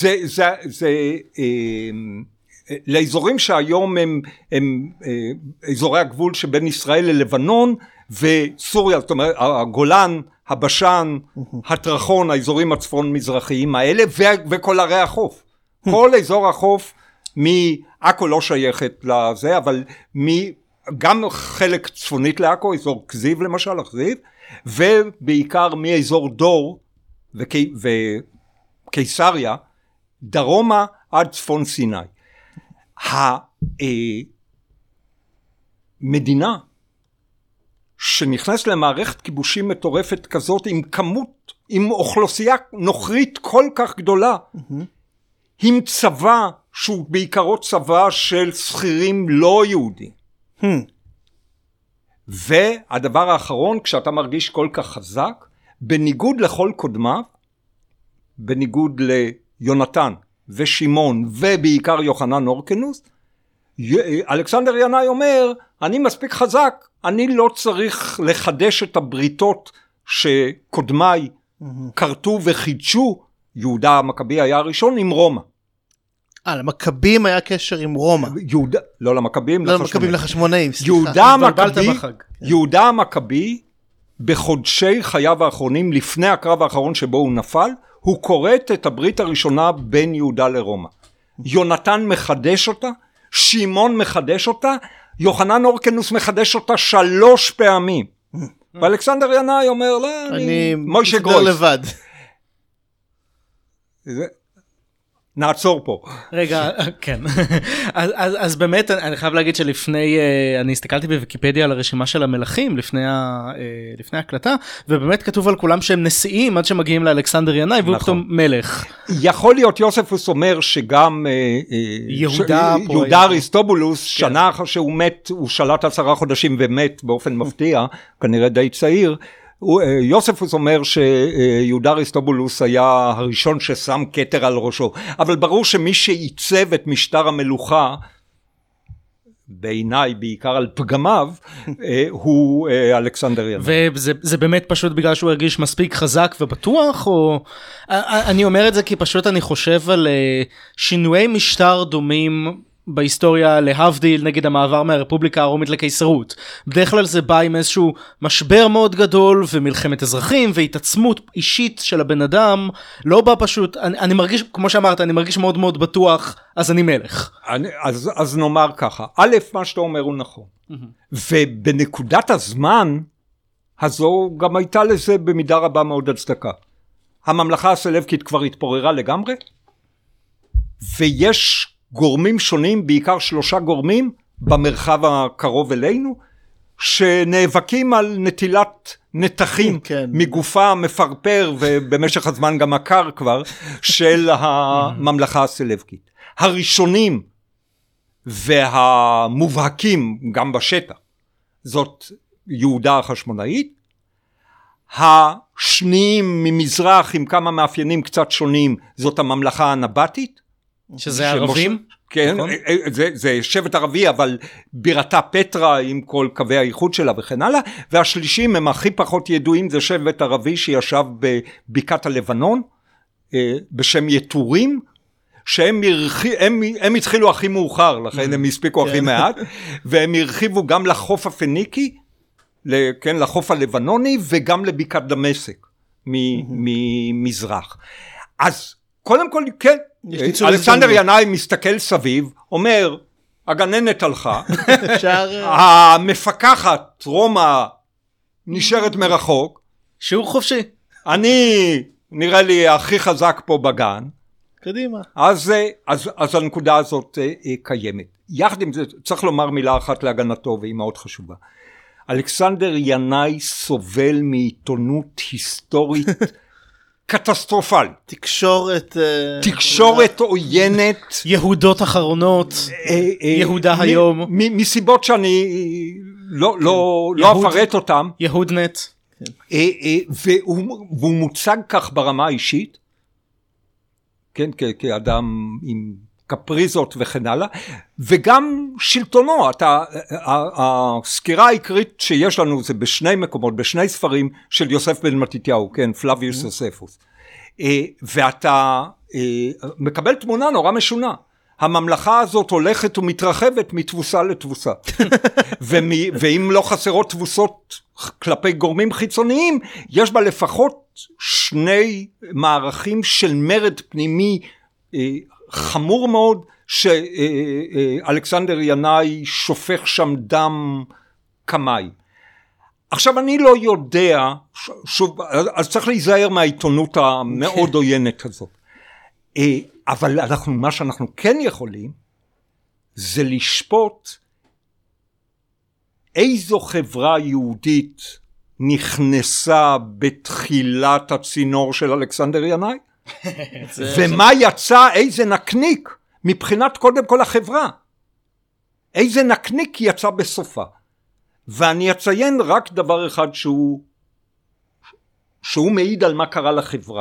לאזורים שהיום הם אזורי הגבול שבין ישראל ללבנון וסוריה, זאת אומרת הגולן, הבשן, הטרחון, האזורים הצפון מזרחיים האלה, וכל ערי החוף. כל אזור החוף, מעכו לא שייכת לזה, אבל גם חלק צפונית לעכו, אזור כזיב למשל, אכזיב, ובעיקר מאזור דור וקיסריה, דרומה עד צפון סיני. המדינה שנכנס למערכת כיבושים מטורפת כזאת עם אוכלוסייה נוכרית כל כך גדולה, עם צבא שהוא בעיקרו צבא של שכירים לא יהודים. והדבר האחרון, כשאתה מרגיש כל כך חזק, בניגוד לכל קודמיו, בניגוד ליונתן ושמעון ובעיקר יוחנן הורקנוס, אלכסנדר ינאי אומר, אני מספיק חזק, אני לא צריך לחדש את הבריתות שקודמיי קרתו וחידשו. יהודה המכבי היה הראשון עם רומא. למכבים היה קשר עם רומא. לא למכבים, לחשמונאים, סליחה. יהודה המכבי, בחודשי חייו האחרונים, לפני הקרב האחרון שבו הוא נפל, הוא קוראת את הברית הראשונה בין יהודה לרומא. יונתן מחדש אותה, שמעון מחדש אותה, יוחנן הורקנוס מחדש אותה 3 פעמים. ואלכסנדר ינאי אומר, לא, אני מוישה גרויס. לבד. נעצור פה. רגע, כן. אז באמת אני חייב להגיד שלפני, אני הסתכלתי בוויקיפדיה על הרשימה של המלכים לפני ההקלטה, ובאמת כתוב על כולם שהם נשיאים עד שמגיעים לאלכסנדר ינאי, והוא פתאום מלך. יכול להיות יוספוס אומר שגם יהודה אריסטובולוס, שנה אחר שהוא מת, הוא שלט 10 חודשים ומת באופן מפתיע, כנראה די צעיר, יוספוס אומר שיהודה אריסטובולוס היה הראשון ששם כתר על ראשו, אבל ברור שמי שעיצב את משטר המלוכה, בעיניי בעיקר על פגמיו, הוא אלכסנדר ינאי. וזה באמת פשוט בגלל שהוא הרגיש מספיק חזק ובטוח, או אני אומר את זה כי פשוט אני חושב על שינויי משטר דומים בהיסטוריה להבדיל נגד המעבר מהרפובליקה הרומית לקיסרות. בדרך כלל זה בא עם איזשהו משבר מאוד גדול ומלחמת אזרחים והתעצמות אישית של הבן אדם, לא בא פשוט, אני מרגיש, כמו שאמרת, אני מרגיש מאוד מאוד בטוח, אז אני מלך. אז נאמר ככה, א', מה שאתה אומר הוא נכון. ובנקודת הזמן הזו גם הייתה לזה במידה רבה מאוד הצדקה. הממלכה הסלבקית כבר התפוררה לגמרי, ויש גורמים שונים, בעיקר 3 גורמים במרחב הקרוב אלינו, שנאבקים על נטילת נתחים מגופה מפרפר ובמשך הזמן גם הקר כבר של הממלכה הסלבקית. הראשונים והמובהקים גם בשטח זאת יהודה החשמונאית, השניים ממזרח עם כמה מאפיינים קצת שונים זאת הממלכה הנבטית, שזה ערבים? כן, זה שבט ערבי, אבל בירתה פטרה עם כל קווי האיחוד שלה וכן הלאה, והשלישים הם הכי פחות ידועים, זה שבט ערבי שישב בבקעת הלבנון, בשם יתורים, שהם התחילו הכי מאוחר, לכן הם הספיקו הכי מעט, והם הרחיבו גם לחוף הפניקי, לחוף הלבנוני, וגם לבקעת דמשק, ממזרח. אז קודם כל, כן, אלכסנדר ינאי מסתכל סביב, אומר, הגננת הלכה, המפקחת רומא נשארת מרחוק, שיעור חופשי, אני נראה לי הכי חזק פה בגן, קדימה. אז הנקודה הזאת קיימת. יחד עם זה צריך לומר מילה אחת להגנתו והיא מאוד חשובה. אלכסנדר ינאי סובל מעיתונות היסטורית קטסטרופלי. תקשורת עוינת. יהודות אחרונות. יהודה היום. מסיבות שאני לא אפרט אותם. יהודנט. והוא מוצג כך ברמה האישית. כן, כאדם עם קפריזות וכן הלאה. וגם שלטונו. הסקירה העיקרית שיש לנו זה בשני מקומות, בשני ספרים של יוסף בן מתתיהו, כן, פלביוס יוספוס. ואתה מקבל תמונה נורא משונה. הממלכה הזאת הולכת ומתרחבת מתבוסה לתבוסה. ואם לא חסרות תבוסות כלפי גורמים חיצוניים, יש בה לפחות 2 מערכים של מרד פנימי חמור מאוד, שאלכסנדר ינאי שופך שם דם כמיים. עכשיו אני לא יודע, שוב, אז צריך להיזהר מהעיתונות המאוד עוינת הזאת. אבל מה שאנחנו כן יכולים, זה לשפוט איזו חברה יהודית נכנסה בתחילת הצינור של אלכסנדר ינאי? ומה יצא, איזה נקניק מבחינת קודם כל החברה? איזה נקניק יצא בסופה? ואני אציין רק דבר אחד שהוא מעיד על מה קרה לחברה.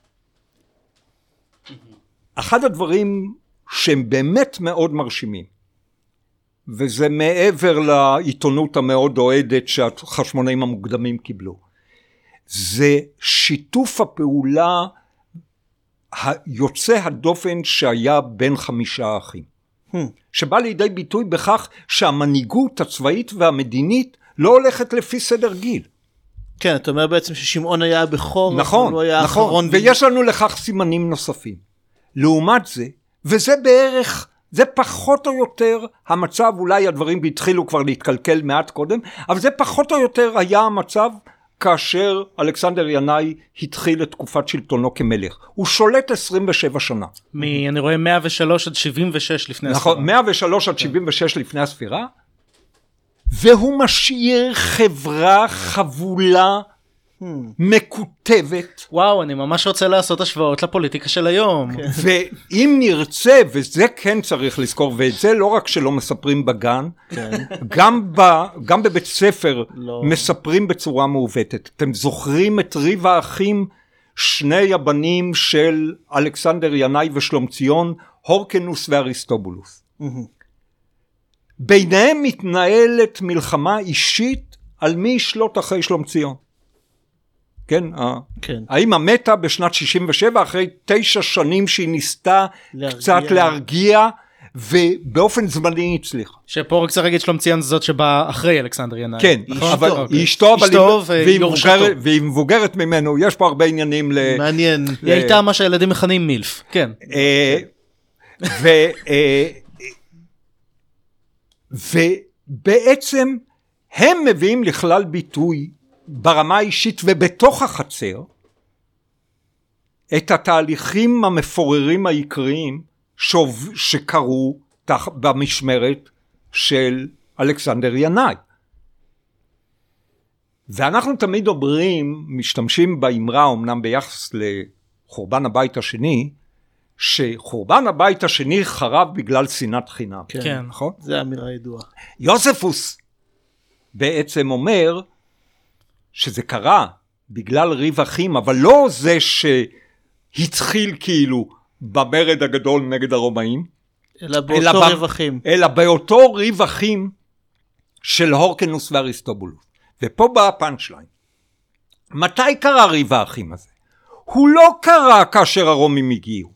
אחד הדברים שהם באמת מאוד מרשימים, וזה מעבר לעיתונות המאוד אוהדת שהחשמונאים המוקדמים קיבלו, זה שיתוף הפעולה היוצא הדופן שהיה בין 5 אחים, שבא לידי ביטוי בכך שהמנהיגות הצבאית והמדינית לא הולכת לפי סדר גיל. כן, אתה אומר בעצם ששמעון היה הבכור, נכון, הוא היה נכון, האחרון. ויש לנו לכך סימנים נוספים. לעומת זה, וזה בערך, זה פחות או יותר המצב, אולי הדברים התחילו כבר להתקלקל מעט קודם, אבל זה פחות או יותר היה המצב כאשר אלכסנדר ינאי התחיל את תקופת שלטונו כמלך. הוא שולט 27 שנה. אני רואה 103 עד 76 לפני הספירה. נכון, 103 עד 76 לפני הספירה, והוא משאיר חברה חבולה, מקוטבת. וואו, אני ממש רוצה לעשות השוואות לפוליטיקה של היום. ואם נרצה, וזה כן צריך לזכור, ואת זה לא רק שלא מספרים בגן, גם בבית ספר מספרים בצורה מעוותת. אתם זוכרים את ריב האחים, שני הבנים של אלכסנדר ינאי ושלומציון, הורקנוס ואריסטובולוס. ביניהם מתנהלת מלחמה אישית על מי ישלוט אחרי שלומציון. כן, האמא מתה בשנת 67 אחרי 9 שנים שהיא ניסתה קצת להרגיע, ובאופן זמני הצליחה. שפה רק צריך להגיד שלומציון זאת שבאה אחרי אלכסנדר ינאי. כן, היא אשתו, והיא מבוגרת ממנו, יש פה הרבה עניינים. מעניין. היא הייתה מה שהילדים מכנים מילף, כן. ובעצם הם מביאים לכלל ביטוי ברמה האישית ובתוך החצר את התהליכים המפוררים העיקריים שקרו במשמרת של אלכסנדר ינאי. ואנחנו תמיד אומרים, משתמשים באמרה אמנם ביחס לחורבן הבית השני, שחורבן הבית השני חרב בגלל שנאת חינם. כן, נכון? זה אמירה ידועה. יוספוס בעצם אומר שזה קרה בגלל ריב אחים, אבל לא זה שהתחיל כאילו במרד הגדול נגד הרומאים, אלא באותו ריב אחים. אלא באותו ריב אחים של הורקנוס ואריסטובולוס. ופה בא הפאנצ'ליין. מתי קרה ריב האחים הזה? הוא לא קרה כאשר הרומים הגיעו.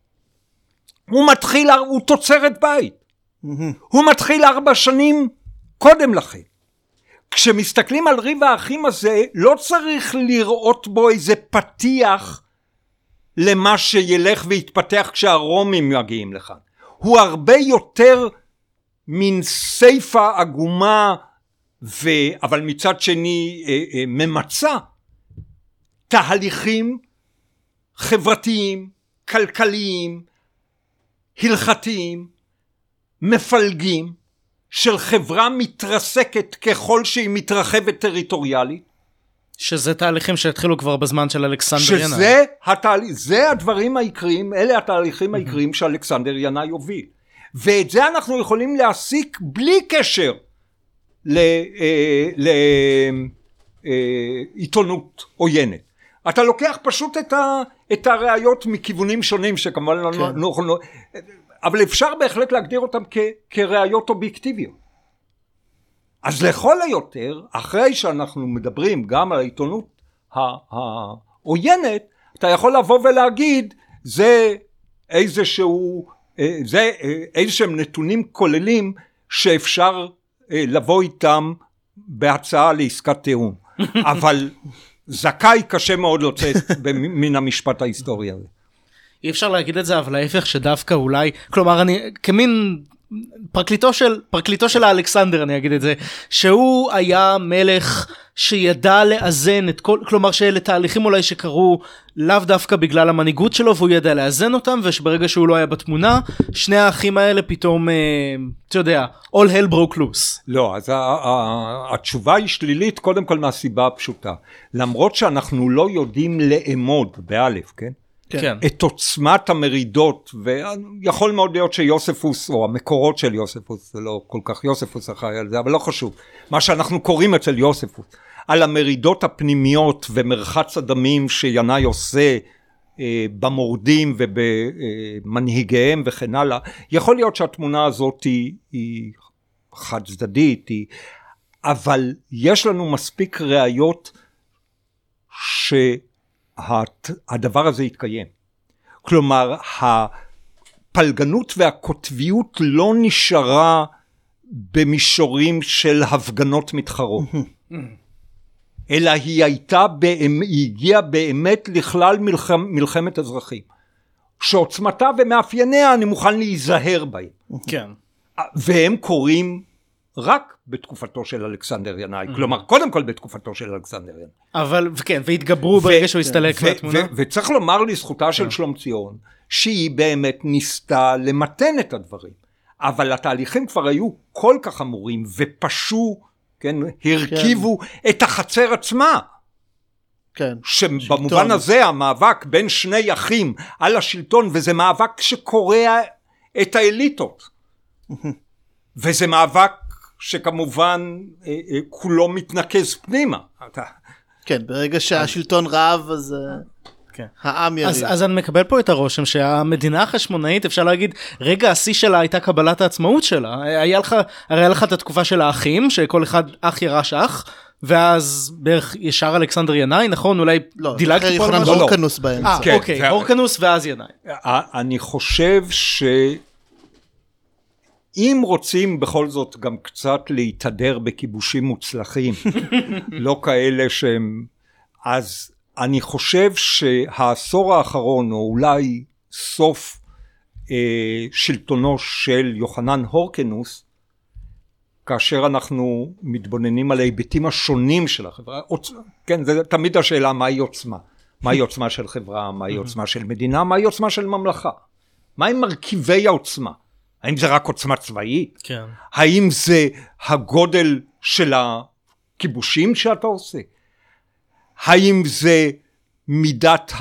הוא תוצרת בית. הוא מתחיל 4 שנים קודם לכן. כשמסתכלים על ריב האחים הזה, לא צריך לראות בו איזה פתיח למה שילך ויתפתח כשהרומים מגיעים לכאן. הוא הרבה יותר מן סיפה עגומה, אבל מצד שני ממצא תהליכים חברתיים, כלכליים, הלכתיים, מפלגים, של חברה מתרסקת ככל שהיא מתרחבת טריטוריאלית. שזה תהליכים שהתחילו כבר בזמן של אלכסנדר ינאי. זה הדברים העיקריים, אלה התהליכים העיקריים שאלכסנדר ינאי הוביל. ואת זה אנחנו יכולים להסיק בלי קשר לעיתונות עוינת. אתה לוקח פשוט את הראיות מכיוונים שונים שכמובן לא יכולנו, אבל אפשר בהחלט להגדיר אותם כראיות אובייקטיביות. אז לכל היותר, אחרי שאנחנו מדברים גם על העיתונות העוינת, אתה יכול לבוא ולהגיד, זה איזשהם נתונים כוללים שאפשר לבוא איתם בהצעה לעסקת טיעון. אבל זכאי קשה מאוד לצאת מן המשפט ההיסטורי הזה. אי אפשר להגיד את זה, אבל ההפך שדווקא אולי, כלומר, אני כמין פרקליטו של האלכסנדר, אני אגיד את זה, שהוא היה מלך שידע לאזן את כל, כלומר שאלה תהליכים אולי שקרו לאו דווקא בגלל המנהיגות שלו, והוא ידע לאזן אותם, ושברגע שהוא לא היה בתמונה, שני האחים האלה פתאום, אתה יודע, all hell broke loose. לא, אז התשובה היא שלילית, קודם כל מהסיבה הפשוטה. למרות שאנחנו לא יודעים לאמוד, באלף, כן? כן. את עוצמת המרידות, ויכול מאוד להיות שיוספוס, או המקורות של יוספוס, זה לא כל כך יוספוס אחראי על זה, אבל לא חשוב. מה שאנחנו קוראים אצל יוספוס, על המרידות הפנימיות ומרחץ הדמים שינאי עושה במורדים ובמנהיגיהם וכן הלאה, יכול להיות שהתמונה הזאת היא חד צדדית, אבל יש לנו מספיק ראיות שהדבר הזה יתקיים. כלומר, הפלגנות והקוטביות לא נשארה במישורים של הפגנות מתחרות. אלא היא הגיעה באמת לכלל מלחמת אזרחים. שעוצמתה ומאפייניה אני מוכן להיזהר בהם. כן. והם קוראים רק בתקופתו של אלכסנדר ינאי. כלומר, קודם כל בתקופתו של אלכסנדר ינאי. אבל, כן, והתגברו ברגע שהוא הסתלק מהתמונה. וצריך לומר לזכותה של שלומציון, שהיא באמת ניסתה למתן את הדברים. אבל התהליכים כבר היו כל כך חמורים ופשו, כן, הרכיבו את החצר עצמה. כן. שבמובן הזה המאבק בין שני אחים על השלטון, וזה מאבק שקורע את האליטות. וזה מאבק שכמובן כולו מתנקז פנימה. כן, ברגע שהשלטון רב, אז העם יריב. אז אני מקבל פה את הרושם שהמדינה החשמונאית, אפשר להגיד, רגע השיא שלה הייתה קבלת העצמאות שלה. הרי היה לך את התקופה של האחים, שכל אחד אח ירש אח, ואז בערך ישר אלכסנדר ינאי, נכון? אולי דילגתי פה על משהו? הורקנוס באמצע. אוקיי, הורקנוס ואז ינאי. אני חושב אם רוצים בכל זאת גם קצת להתהדר בכיבושים מוצלחים, לא כאלה שהם, אז אני חושב שהעשור האחרון, או אולי סוף שלטונו של יוחנן הורקנוס, כאשר אנחנו מתבוננים על ההיבטים השונים של החברה, כן, זה תמיד השאלה מהי עוצמה. מהי עוצמה של חברה, מהי עוצמה של מדינה, מהי עוצמה של ממלכה. מהם מרכיבי העוצמה? האם זה רק עוצמה צבאית? כן. האם זה הגודל של הכיבושים שאתה עושה? האם זה מידת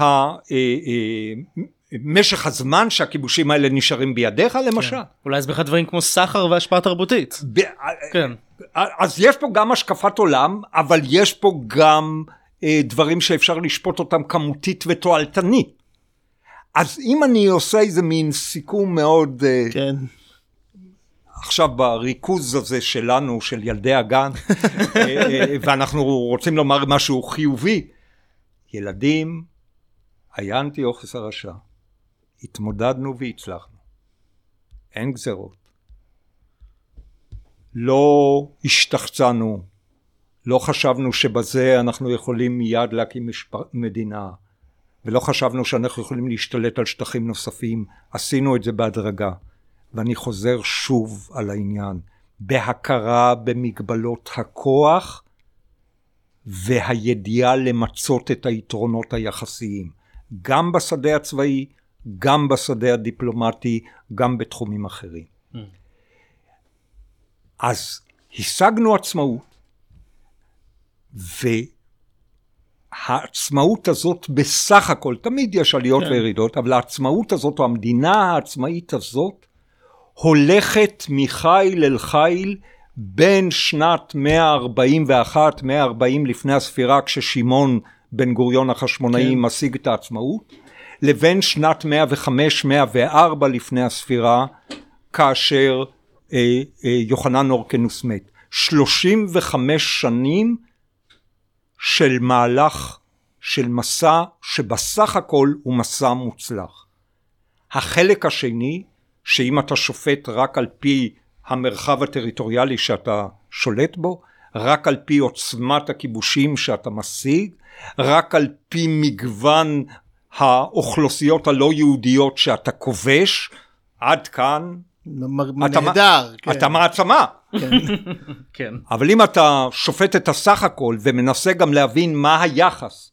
משך הזמן שהכיבושים האלה נשארים בידיך, למשל? כן. אולי זה בכלל דברים כמו סחר והשפעה תרבותית. כן. אז יש פה גם השקפת עולם, אבל יש פה גם דברים שאפשר לשפוט אותם כמותית ותועלתנית. אז אם אני עושה איזה מין סיכום מאוד, כן. עכשיו בריכוז הזה שלנו, של ילדי הגן, ואנחנו רוצים לומר משהו חיובי, ילדים, היה אנטיוכוס הרשע, התמודדנו והצלחנו, אין גזרות, לא השתחצנו, לא חשבנו שבזה אנחנו יכולים מיד להקים מדינה, ולא חשבנו שאנחנו יכולים להשתלט על שטחים נוספים, עשינו את זה בהדרגה, ואני חוזר שוב על העניין, בהכרה במגבלות הכוח, והידיעה למצות את היתרונות היחסיים, גם בשדה הצבאי, גם בשדה הדיפלומטי, גם בתחומים אחרים. אז השגנו עצמאות, והעצמאות הזאת בסך הכל, תמיד יש עליות וירידות, אבל העצמאות הזאת, או המדינה העצמאית הזאת, הולכת מחיל אל חיל, בין שנת 141, 140 לפני הספירה, כששמעון בן גוריון החשמונאי משיג את העצמאות, לבין שנת 105, 104 לפני הספירה, כאשר יוחנן הורקנוס מת. 35 שנים של מהלך, של מסע, שבסך הכל הוא מסע מוצלח. החלק השני, שאם אתה שופט רק על פי המרחב הטריטוריאלי שאתה שולט בו, רק על פי עוצמת הכיבושים שאתה משיג, רק על פי מגוון האוכלוסיות הלא יהודיות שאתה כובש, עד כאן נהדר. אתה מעצמה. כן. אבל אם אתה שופט את הסך הכל ומנסה גם להבין מה היחס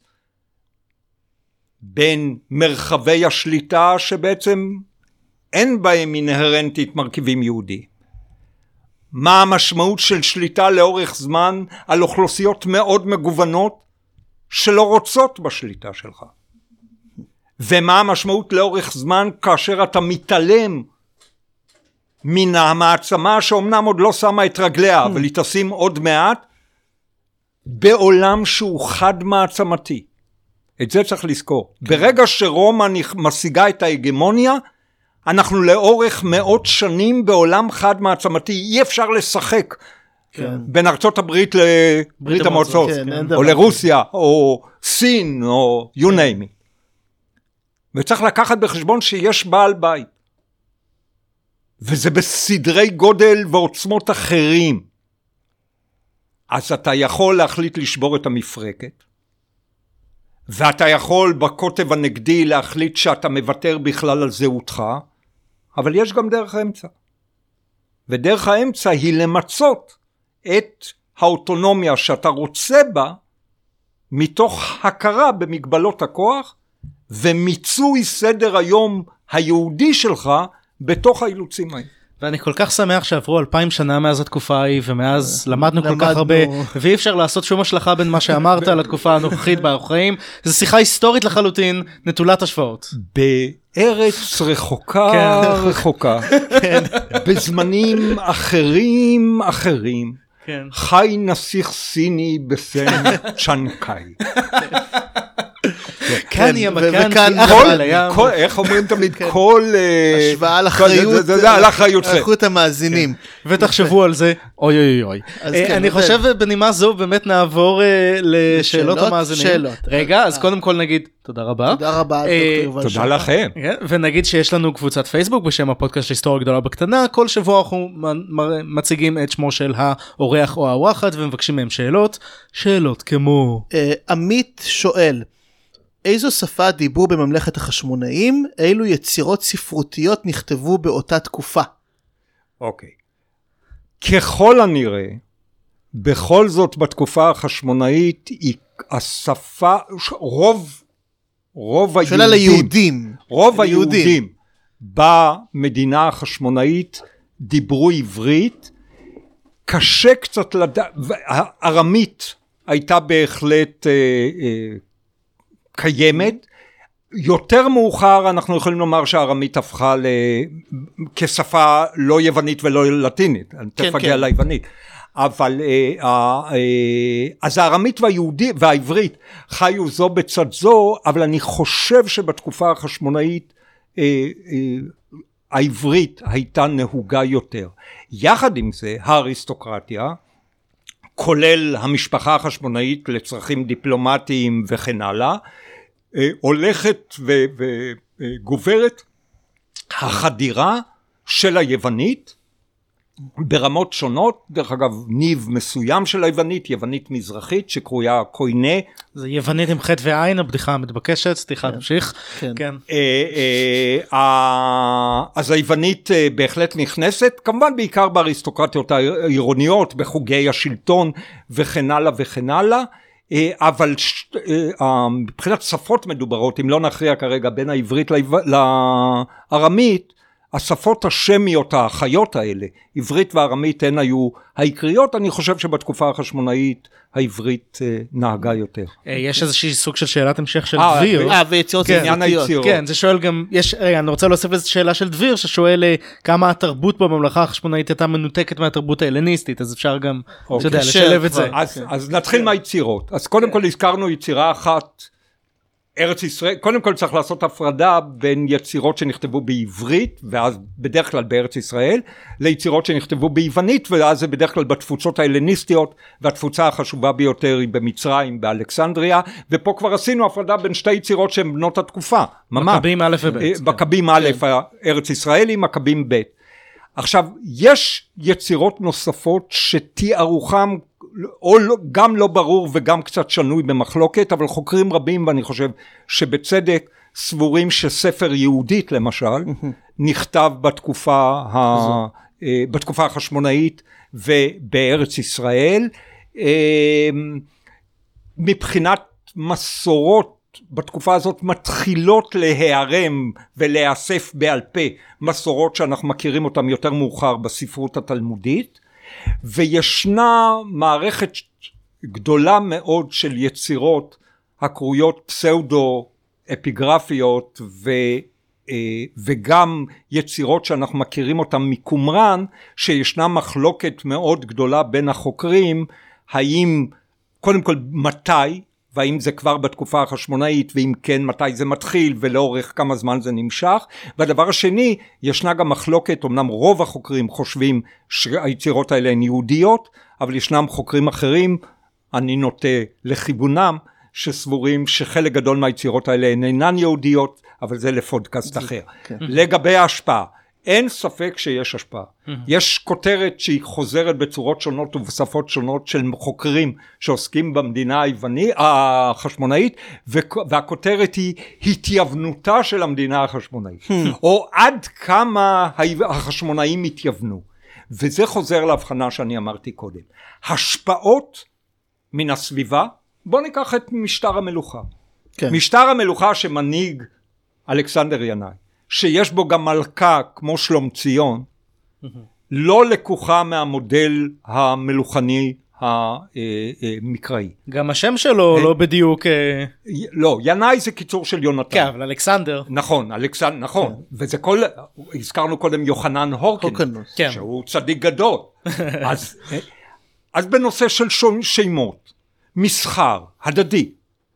בין מרחבי השליטה שבעצם אין בהם אינהרנטית מרכיבים יהודי. מה המשמעות של שליטה לאורך זמן על אוכלוסיות מאוד מגוונות שלא רוצות בשליטה שלך. ומה המשמעות לאורך זמן כאשר אתה מתעלם מן המעצמה שאומנם עוד לא שמה את רגליה, אבל היא תשים עוד מעט, בעולם שהוא חד מעצמתי. את זה צריך לזכור. ברגע שרומא משיגה את ההגמוניה, אנחנו לאורך מאות שנים בעולם חד מעצמתי, אי אפשר לשחק בין ארצות הברית לברית המועצות, או לרוסיה, או סין, או you name it. וצריך לקחת בחשבון שיש בעל בית. וזה בסדרי גודל ועוצמות אחרים. אז אתה יכול להחליט לשבור את המפרקת, ואתה יכול בקוטב הנגדי להחליט שאתה מוותר בכלל על זהותך, אבל יש גם דרך האמצע. ודרך האמצע היא למצות את האוטונומיה שאתה רוצה בה, מתוך הכרה במגבלות הכוח, ומיצוי סדר היום היהודי שלך, בתוך האילוצים האלה. ואני כל כך שמח שעברו 2000 שנה מאז התקופה ההיא, ומאז למדנו כל כך הרבה, ואי אפשר לעשות שום השלכה בין מה שאמרת על התקופה הנוכחית בחיים. זו שיחה היסטורית לחלוטין, נטולת השוואות. בארץ רחוקה, רחוקה, בזמנים אחרים, חי נסיך סיני בסן צ'אנקאי. כאן היא המכאן, איך אומרים תמיד, כל השוואה לאחריות המאזינים. ותחשבו על זה, אוי אוי אוי. אני חושב בנימה זו באמת נעבור לשאלות המאזינים. רגע, אז קודם כל נגיד תודה רבה. תודה רבה, דוקטור יובל שחר. תודה לכם. ונגיד שיש לנו קבוצת פייסבוק בשם הפודקאסט היסטוריה גדולה בקטנה, כל שבוע אנחנו מציגים את שמו של האורח או האורחת ומבקשים מהם שאלות כמו... עמית שואל, איזו שפה דיברו בממלכת החשמונאים? אילו יצירות ספרותיות נכתבו באותה תקופה? אוקיי. ככל הנראה, בכל זאת בתקופה החשמונאית, השפה, רוב היהודים במדינה החשמונאית דיברו עברית. קשה קצת לדעת, ארמית הייתה בהחלט קיימת. יותר מאוחר אנחנו יכולים לומר שהארמית הפכה כשפה לא יוונית ולא לטינית, אני תכף אגיע ליוונית, אבל אז הארמית והעברית חיו זו בצד זו, אבל אני חושב שבתקופה החשמונאית העברית הייתה נהוגה יותר. יחד עם זה האריסטוקרטיה, כולל המשפחה החשמונאית לצרכים דיפלומטיים וכן הלאה, הולכת וגוברת החדירה של היוונית ברמות שונות. דרך אגב, ניב מסוים של היוונית, יוונית מזרחית שקרויה קוינה. זה יוונית עם חטא ועין, הבדיחה המתבקשת, סליחה, תמשיך. כן. אז היוונית בהחלט נכנסת, כמובן בעיקר באריסטוקרטיות העירוניות, בחוגי השלטון וכן הלאה וכן הלאה. אבל מבחינת שפות מדוברות, אם לא נכריע כרגע בין העברית לארמית, השפות השמיות האחיות האלה, עברית וארמית, הן היו העיקריות. אני חושב שבתקופה החשמונאית העברית נהגה יותר. יש איזושהי סוג של שאלת המשך של דביר. ויצירות ספרותיות. כן, זה שואל גם, אני רוצה להוסיף איזו שאלה של דביר, ששואל כמה התרבות בממלכה החשמונאית הייתה מנותקת מהתרבות ההלניסטית, אז אפשר גם, אתה יודע, לשלב את זה. אז נתחיל מהיצירות. אז קודם כל הזכרנו יצירה אחת, ארץ ישראל. קודם כל צריך לעשות הפרדה בין יצירות שנכתבו בעברית, ואז בדרך כלל בארץ ישראל, ליצירות שנכתבו ביוונית, ואז זה בדרך כלל בתפוצות ההלניסטיות, והתפוצה החשובה ביותר היא במצרים, באלכסנדריה, ופה כבר עשינו הפרדה בין שתי יצירות שהן בנות התקופה, ממש. מכבים א' וב'. מכבים א', ארץ ישראל, עם מכבים ב'. עכשיו, יש יצירות נוספות שתיארוכם או גם לא ברור וגם קצת שנוי במחלוקת, אבל חוקרים רבים, ואני חושב שבצדק, סבורים שספר יהודית למשל, נכתב בתקופה החשמונאית ובארץ ישראל. מבחינת מסורות בתקופה הזאת מתחילות להיערם ולהיאסף בעל פה מסורות שאנחנו מכירים אותן יותר מאוחר בספרות התלמודית, וישנה מערכת גדולה מאוד של יצירות הקרויות פסאודו אפיגרפיות וגם יצירות שאנחנו מכירים אותן מקומרן, שישנה מחלוקת מאוד גדולה בין החוקרים האם קודם כל מתי, והאם זה כבר בתקופה החשמונאית, ואם כן מתי זה מתחיל ולאורך כמה זמן זה נמשך. והדבר השני, ישנה גם מחלוקת, אמנם רוב החוקרים חושבים שהיצירות האלה הן יהודיות, אבל ישנם חוקרים אחרים, אני נוטה לכיוונם, שסבורים שחלק גדול מהיצירות האלה הן אינן יהודיות, אבל זה לפודקאסט אחר. לגבי ההשפעה, אין ספק שיש השפעה. יש כותרת שהיא חוזרת בצורות שונות ובשפות שונות של חוקרים שעוסקים במדינה החשמונאית, והכותרת היא התייוונותה של המדינה החשמונאית, או עד כמה החשמונאים התייוונו. וזה חוזר להבחנה שאני אמרתי קודם. השפעות מן הסביבה, בוא ניקח את משטר המלוכה. משטר המלוכה שמנהיג אלכסנדר ינאי, שיש בו גם מלכה כמו שלום ציון, לא לקוחה מהמודל המלוכני המקראי. גם השם שלו לא בדיוק... לא, ינאי זה קיצור של יונתן. כן, אבל אלכסנדר. נכון, נכון. וזה כל... הזכרנו קודם יוחנן הורקנוס, שהוא צדיק גדול. אז בנושא של שמות, מסחר, הדדי,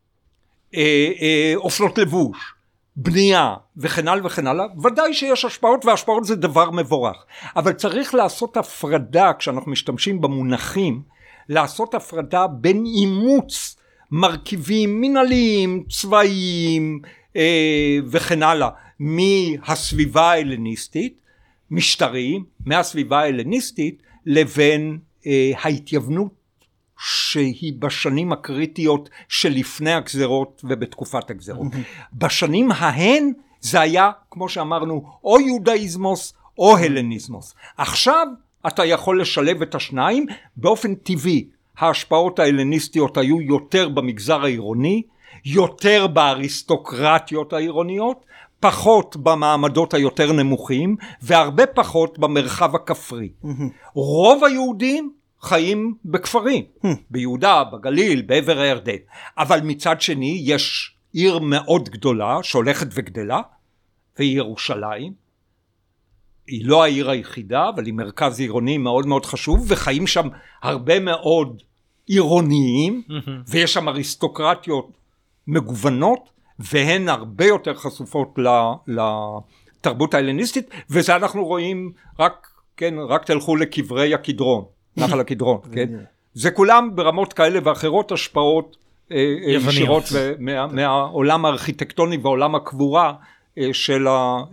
אופנות לבוש, בנייה וכן הלאה וכן הלאה, ודאי שיש השפעות, והשפעות זה דבר מבורך, אבל צריך לעשות הפרדה כשאנחנו משתמשים במונחים, לעשות הפרדה בין אימוץ מרכיבים מנהליים, צבאיים וכן הלאה, מהסביבה ההלניסטית, משטריים, מהסביבה ההלניסטית, לבין ההתייוונות שהיא בשנים הקריטיות שלפני הגזרות ובתקופת הגזרות. בשנים ההן זה היה, כמו שאמרנו, או יהודאיזמוס או הלניזמוס. עכשיו אתה יכול לשלב את השניים. באופן טבעי ההשפעות ההלניסטיות היו יותר במגזר העירוני, יותר באריסטוקרטיות העירוניות, פחות במעמדות היותר נמוכים, והרבה פחות במרחב הכפרי. רוב היהודים חיים בכפרים, ביהודה, בגליל, בעבר הירדן. אבל מצד שני יש עיר מאוד גדולה שהולכת וגדלה, והיא ירושלים. היא לא העיר היחידה, אבל היא מרכז עירוני מאוד מאוד חשוב, וחיים שם הרבה מאוד עירוניים, ויש שם אריסטוקרטיות מגוונות, והן הרבה יותר חשופות לתרבות ההלניסטית, וזה אנחנו רואים רק תלכו לקברי הקדרון. נחל הקדרון, כן? זה כולם ברמות כאלה ואחרות השפעות ישירות מהעולם הארכיטקטוני והעולם הקבורה של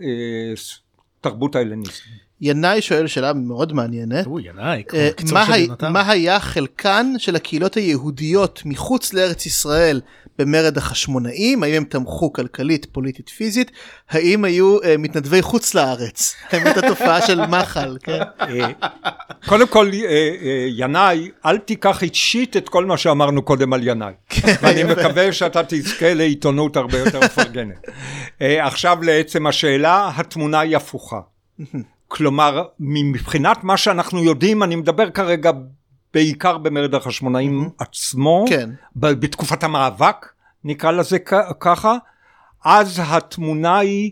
התרבות ההלניסטית. ינאי שואל שאלה מאוד מעניינת. ינאי, מה היה חלקן של הקהילות היהודיות מחוץ לארץ ישראל במרד החשמונאים? האם הם תמכו כלכלית, פוליטית, פיזית? האם היו מתנדבי חוץ לארץ? האמת התופעה של מחל, כן? קודם כל, ינאי, אל תיקח אישית את כל מה שאמרנו קודם על ינאי. ואני מקווה שאתה תזכה לעיתונות הרבה יותר מפרגנת. עכשיו לעצם השאלה, התמונה היא הפוכה. כלומר, מבחינת מה שאנחנו יודעים, אני מדבר כרגע בעיקר במרד החשמונאים עצמו, בתקופת המאבק, נקרא לזה ככה, אז התמונה היא,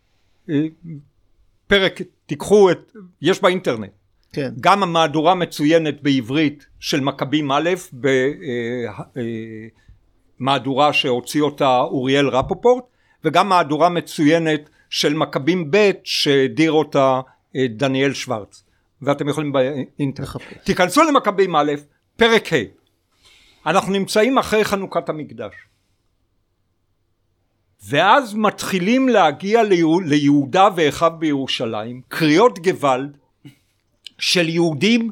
פרק, תיקחו יש באינטרנט, גם המהדורה מצוינת בעברית של מכבים א', במהדורה שהוציא אותה אוריאל רפופורט, וגם מהדורה מצוינת של מכבים ב' שדיר אותה דניאל שוורץ, ואתם יכולים באינטרנט. תיכנסו למכבים א', פרק ה', אנחנו נמצאים אחרי חנוכת המקדש, ואז מתחילים להגיע ליהודה ואחיו בירושלים, קריאות גוואלד של יהודים,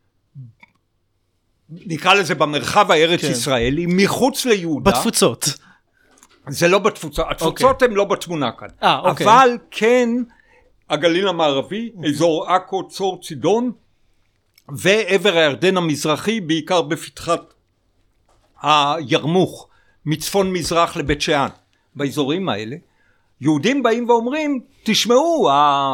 נקרא לזה במרחב הארץ ישראלי, מחוץ ליהודה. בתפוצות. זה לא בתפוצות, התפוצות הן לא בתמונה כאן, אבל כן הגליל המערבי, אזור עכו, צור צידון, ועבר הירדן המזרחי, בעיקר בפתחת הירמוך, מצפון מזרח לבית שאן. באזורים האלה, יהודים באים ואומרים, תשמעו,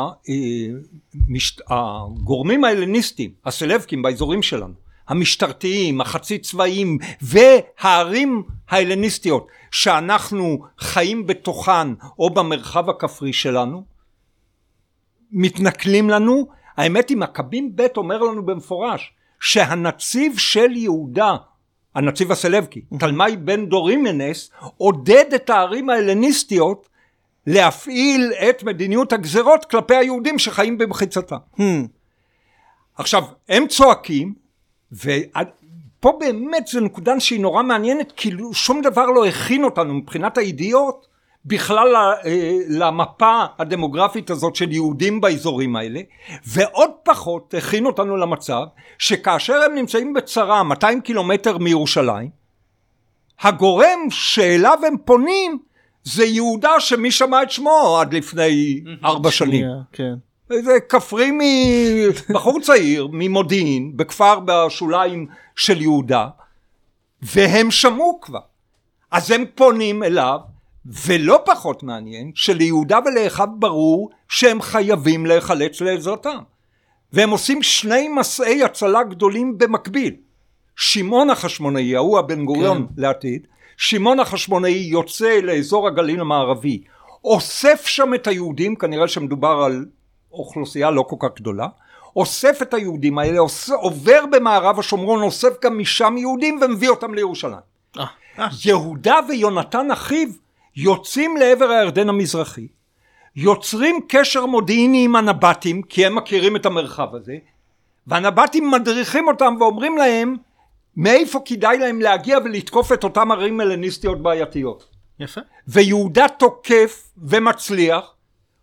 הגורמים ההלניסטים, הסלבקים באזורים שלנו, המשטרתיים, החצי צבאיים, והערים ההלניסטיות, שאנחנו חיים בתוכן, או במרחב הכפרי שלנו, מתנכלים לנו. האמת היא, מכבים ב' אומר לנו במפורש, שהנציב של יהודה, הנציב הסלבקי, תלמי בן דורימנס, עודד את הערים ההלניסטיות, להפעיל את מדיניות הגזרות, כלפי היהודים שחיים במחיצתה. עכשיו, הם צועקים, ופה באמת זו נקודה שהיא נורא מעניינת, כאילו שום דבר לא הכין אותנו, מבחינת הידיעות, בכלל למפה הדמוגרפית הזאת של יהודים באזורים האלה, ועוד פחות הכין אותנו למצב שכאשר הם נמצאים בצרה 200 קילומטר מירושלים, הגורם שאליו הם פונים זה יהודה שמי שמע את שמו עד לפני 4 שנים. כן. זה כפרי בחור צעיר ממודיעין בכפר בשוליים של יהודה, והם שמעו כבר. אז הם פונים אליו, ולא פחות מעניין שליהודה ולאחיו ברור שהם חייבים להיחלץ לעזרתם, והם עושים 2 מסעי הצלה גדולים במקביל. שמעון החשמונאי, הוא הבן גוריון לעתיד, שמעון החשמונאי יוצא לאזור הגליל המערבי, אוסף שם את היהודים, כנראה שמדובר על אוכלוסייה לא כל כך גדולה, אוסף את היהודים האלה, עובר במערב השומרון, אוסף גם משם יהודים ומביא אותם לירושלים. יהודה ויונתן אחיו יוצאים לעבר הירדן המזרחי, יוצרים קשר מודיעיני עם הנבטים, כי הם מכירים את המרחב הזה, והנבטים מדריכים אותם ואומרים להם, מאיפה כדאי להם להגיע ולתקוף את אותם ערים הלניסטיות בעייתיות. יפה. ויהודה תוקף ומצליח,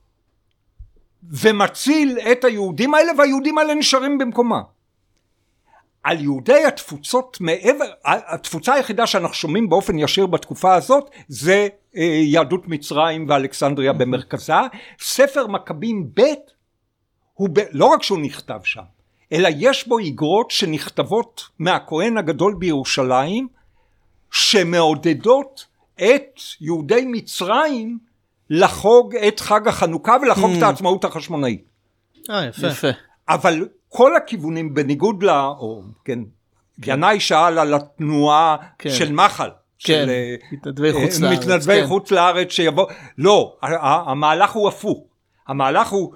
ומציל את היהודים האלה, והיהודים האלה נשארים במקומה. על יהודי התפוצות מעבר, התפוצה היחידה שאנחנו שומעים באופן ישיר בתקופה הזאת, זה יהדות מצרים ואלכסנדריה במרכזה. ספר מכבים ב' לא רק שהוא נכתב שם, אלא יש בו איגרות שנכתבות מהכהן הגדול בירושלים, שמעודדות את יהודי מצרים לחוג את חג החנוכה ולחוג את העצמאות החשמונאית. יפה. אבל כל הכיוונים בניגוד או כן, ינאי שאל על התנועה של מחל, של מתנדבי חוץ לארץ שיבוא, לא, המהלך הוא הפוך. המהלך הוא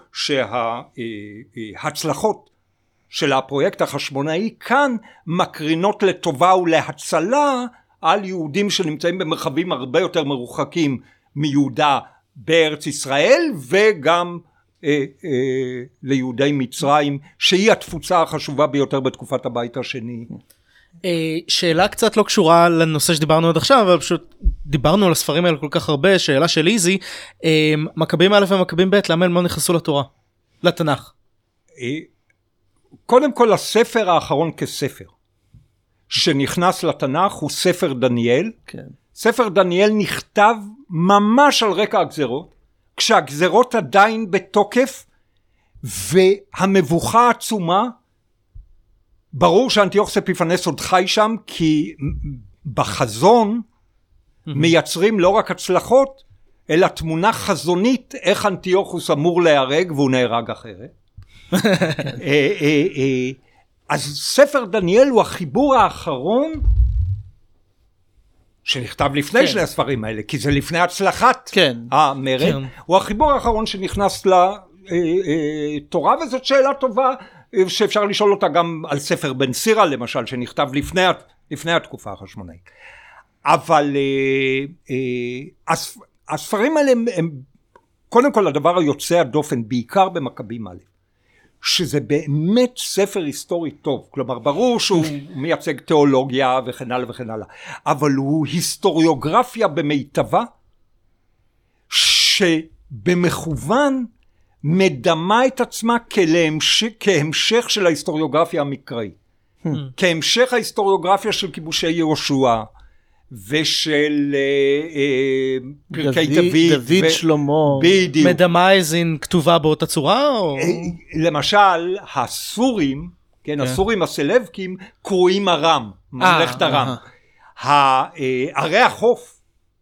שההצלחות של הפרויקט החשמונאי כאן מקרינות לטובה ולהצלה על יהודים שנמצאים במרחבים הרבה יותר מרוחקים מיהודה בארץ ישראל, וגם ליהודי מצרים, שהיא התפוצה החשובה ביותר בתקופת הבית השני. שאלה קצת לא קשורה לנושא שדיברנו עד עכשיו, אבל פשוט דיברנו על הספרים האלה כל כך הרבה. שאלה של איזי, מכבים א' ומכבים ב', למה הם לא נכנסו לתורה, לתנ"ך? קודם כל, הספר האחרון כספר שנכנס לתנ"ך הוא ספר דניאל. כן. ספר דניאל נכתב ממש על רקע הגזרות, כשהגזרות עדיין בתוקף, והמבוכה עצומה. ברור שאנטיוכוס אפיפנס עוד חי שם, כי בחזון מייצרים לא רק הצלחות, אלא תמונה חזונית איך אנטיוכוס אמור להיהרג, והוא נהרג אחרת. אז ספר דניאל הוא החיבור האחרון שנכתב לפני שני הספרים האלה, כי זה לפני הצלחת המרד, הוא החיבור האחרון שנכנס לתורה, וזאת שאלה טובה שאפשר לשאול אותה גם על ספר בן סירה למשל, שנכתב לפני התקופה החשמונאית. אבל הספרים האלה הם קודם כל הדבר היוצא הדופן, בעיקר במכבים א', שזה באמת ספר היסטורי טוב. כלומר, ברור שהוא מייצג תיאולוגיה וכן הלאה וכן הלאה, אבל הוא היסטוריוגרפיה במיטבה, שבמכוון מדמה את עצמה כהמשך של ההיסטוריוגרפיה המקראית, כהמשך ההיסטוריוגרפיה של כיבושי יהושע ושל פרקי דוד שלמה. בדיוק. מדמייזין כתובה באותה צורה? או... למשל, הסורים, כן, הסורים הסלבקים, קרואים ארם, ממלכת ארם. ערי החוף,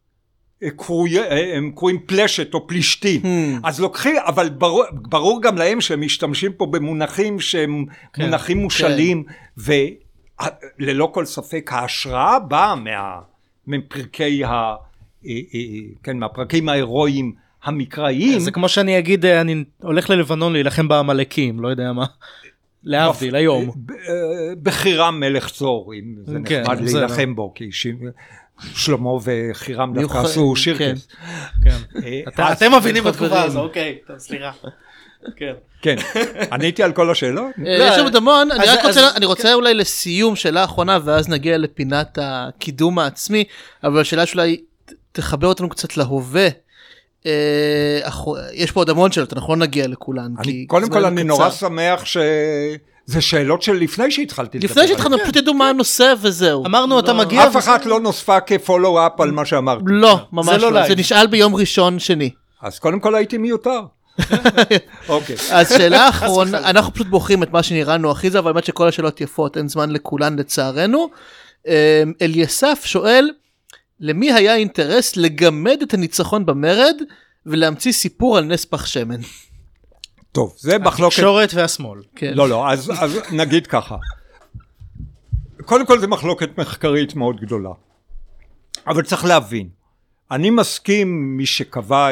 הם קרואים פלשת או פלישתים. אז לוקחים, אבל ברור גם להם שהם משתמשים פה במונחים שהם מונחים מושאלים, וללא כל ספק ההשראה באה מפרקי מהפרקים ההירואיים המקראיים. זה כמו שאני אגיד, אני הולך ללבנון להילחם בעמלקים, לא יודע מה. להבדיל, היום. בחירם מלך צור, אם זה נחמד להילחם בו, כי שלמה וחירם דווקא עשו שירקס. אתם מבינים בתקופה הזו, אוקיי, סליחה. כן, עניתי על כל השאלות? יש עוד המון, אני רוצה אולי לסיום שאלה אחרונה, ואז נגיע לפינת הקידום העצמי, אבל השאלה שאולי תחבר אותנו קצת להווה. יש פה עוד המון שאלות, אנחנו לא נגיע לכולן. קודם כל אני נורא שמח שזה שאלות של לפני שהתחלתי. לפני שהתחלנו, פשוט ידעו מה הנושא וזהו. אמרנו, אתה מגיע... אף אחת לא נוספה כפולו-אפ על מה שאמרתי. לא, ממש לא. זה נשאל ביום ראשון שני. אז קודם כל הייתי מיותר. אוקיי. אז שאלה אחרונה, אנחנו פשוט בוחרים את מה שנראה לנו הכי זה, אבל באמת שכל השאלות יפות, אין זמן לכולן לצערנו. אליסף שואל, למי היה אינטרס לגמד את הניצחון במרד, ולהמציא סיפור על נס פח שמן? טוב, זה מחלוקת... התקשורת והשמאל. לא, אז נגיד ככה. קודם כל זה מחלוקת מחקרית מאוד גדולה. אבל צריך להבין, אני מסכים מי שקבע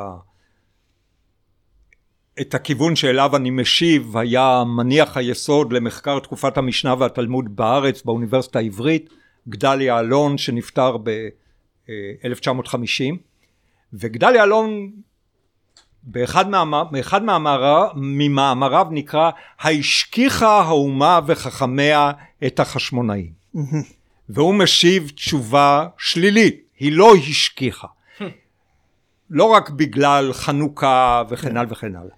את הכיוון שאליו אני משיב, היה מניח היסוד למחקר תקופת המשנה והתלמוד בארץ, באוניברסיטה העברית, גדליה אלון שנפטר ב-1950, וגדליה אלון באחד ממאמריו נקרא השכיחה האומה וחכמיה את החשמונאים, והוא משיב תשובה שלילית, היא לא השכיחה, לא רק בגלל חנוכה וכן הלאה וכן הלאה.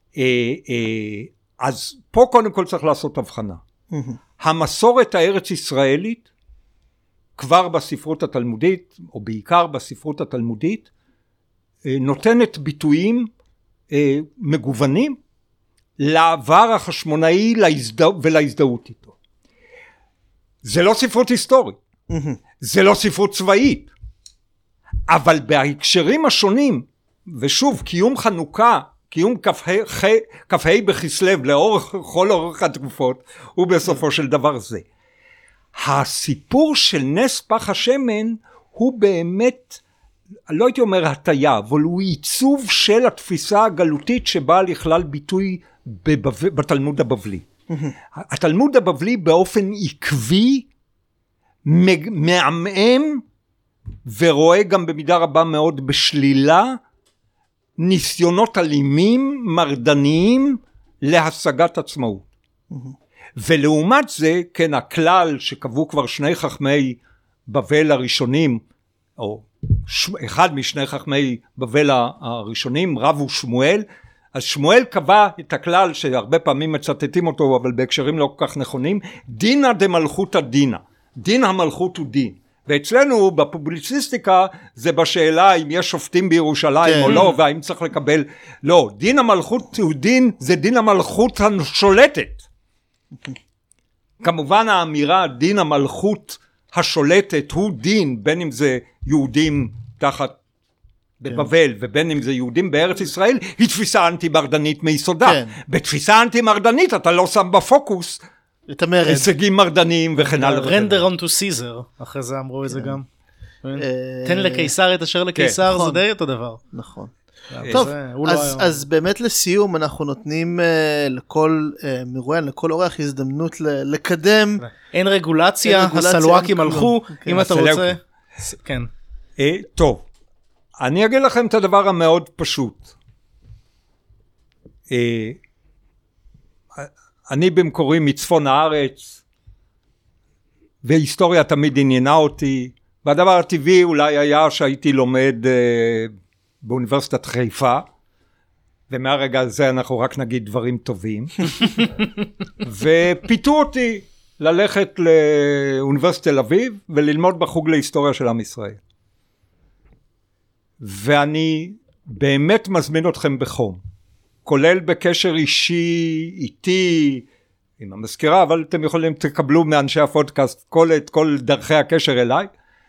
אז פה קודם כל צריך לעשות הבחנה. המסורת הארץ ישראלית כבר בספרות התלמודית, או בעיקר בספרות התלמודית, נותנת ביטויים מגוונים לעבר החשמונאי ולהזדהות איתו. זה לא ספרות היסטורית, זה לא ספרות צבאית, אבל בהקשרים השונים, ושוב, קיום חנוכה, קיום כ"ה בכסלו לאורך כל אורך התקופות, הוא בסופו של דבר זה. הסיפור של נס פח השמן הוא באמת, לא הייתי אומר הטיה, אבל הוא עיצוב של התפיסה הגלותית שבאה לכלל ביטוי בתלמוד הבבלי. התלמוד הבבלי באופן עקבי מעמעם ורואה גם במידה רבה מאוד בשלילה ניסיונות אלימים מרדניים להשגת עצמאות. ולעומת זה, כן, הכלל שקבעו כבר שני חכמי בבל הראשונים, או אחד משני חכמי בבל הראשונים, רב ושמואל, אז שמואל קבע את הכלל שהרבה פעמים מצטטים אותו, אבל בהקשרים לא כל כך נכונים, דינא דמלכותא דינא, דין המלכות הוא דין. ואצלנו בפובליציסטיקה זה בשאלה אם יש שופטים בירושלים או לא, והאם צריך לקבל, לא, דין המלכות הוא דין, זה דין המלכות השולטת. כמובן האמירה דין המלכות השולטת הוא דין, בין אם זה יהודים תחת בבבל ובין אם זה יהודים בארץ ישראל, היא תפיסה אנטי מרדנית מיסודה. בתפיסה אנטי מרדנית אתה לא שם בפוקוס את המרד, הישגים מרדניים וכן הלאה. רנדר אונטו סיזר, אחרי זה אמרו את זה גם. תן לקיסר את אשר לקיסר, זה די אותו דבר. נכון. טוב, אז באמת לסיום אנחנו נותנים לכל מרואיין, לכל אורח הזדמנות לקדם. אין רגולציה, הסלואקים הלכו, אם אתה רוצה. כן. טוב, אני אגיד לכם את הדבר המאוד פשוט. אני במקורי מצפון הארץ, והיסטוריה תמיד עניינה אותי, והדבר הטבעי אולי היה שהייתי לומד באוניברסיטת חיפה, ומהרגע הזה אנחנו רק נגיד דברים טובים, ופיתו אותי ללכת לאוניברסיטת תל אביב וללמוד בחוג להיסטוריה של עם ישראל. ואני באמת מזמין אתכם בחום, כולל בקשר אישי איתי, עם המזכירה, אבל אתם יכולים תקבלו מאנשי הפודקאסט כל דרכי הקשר אליי,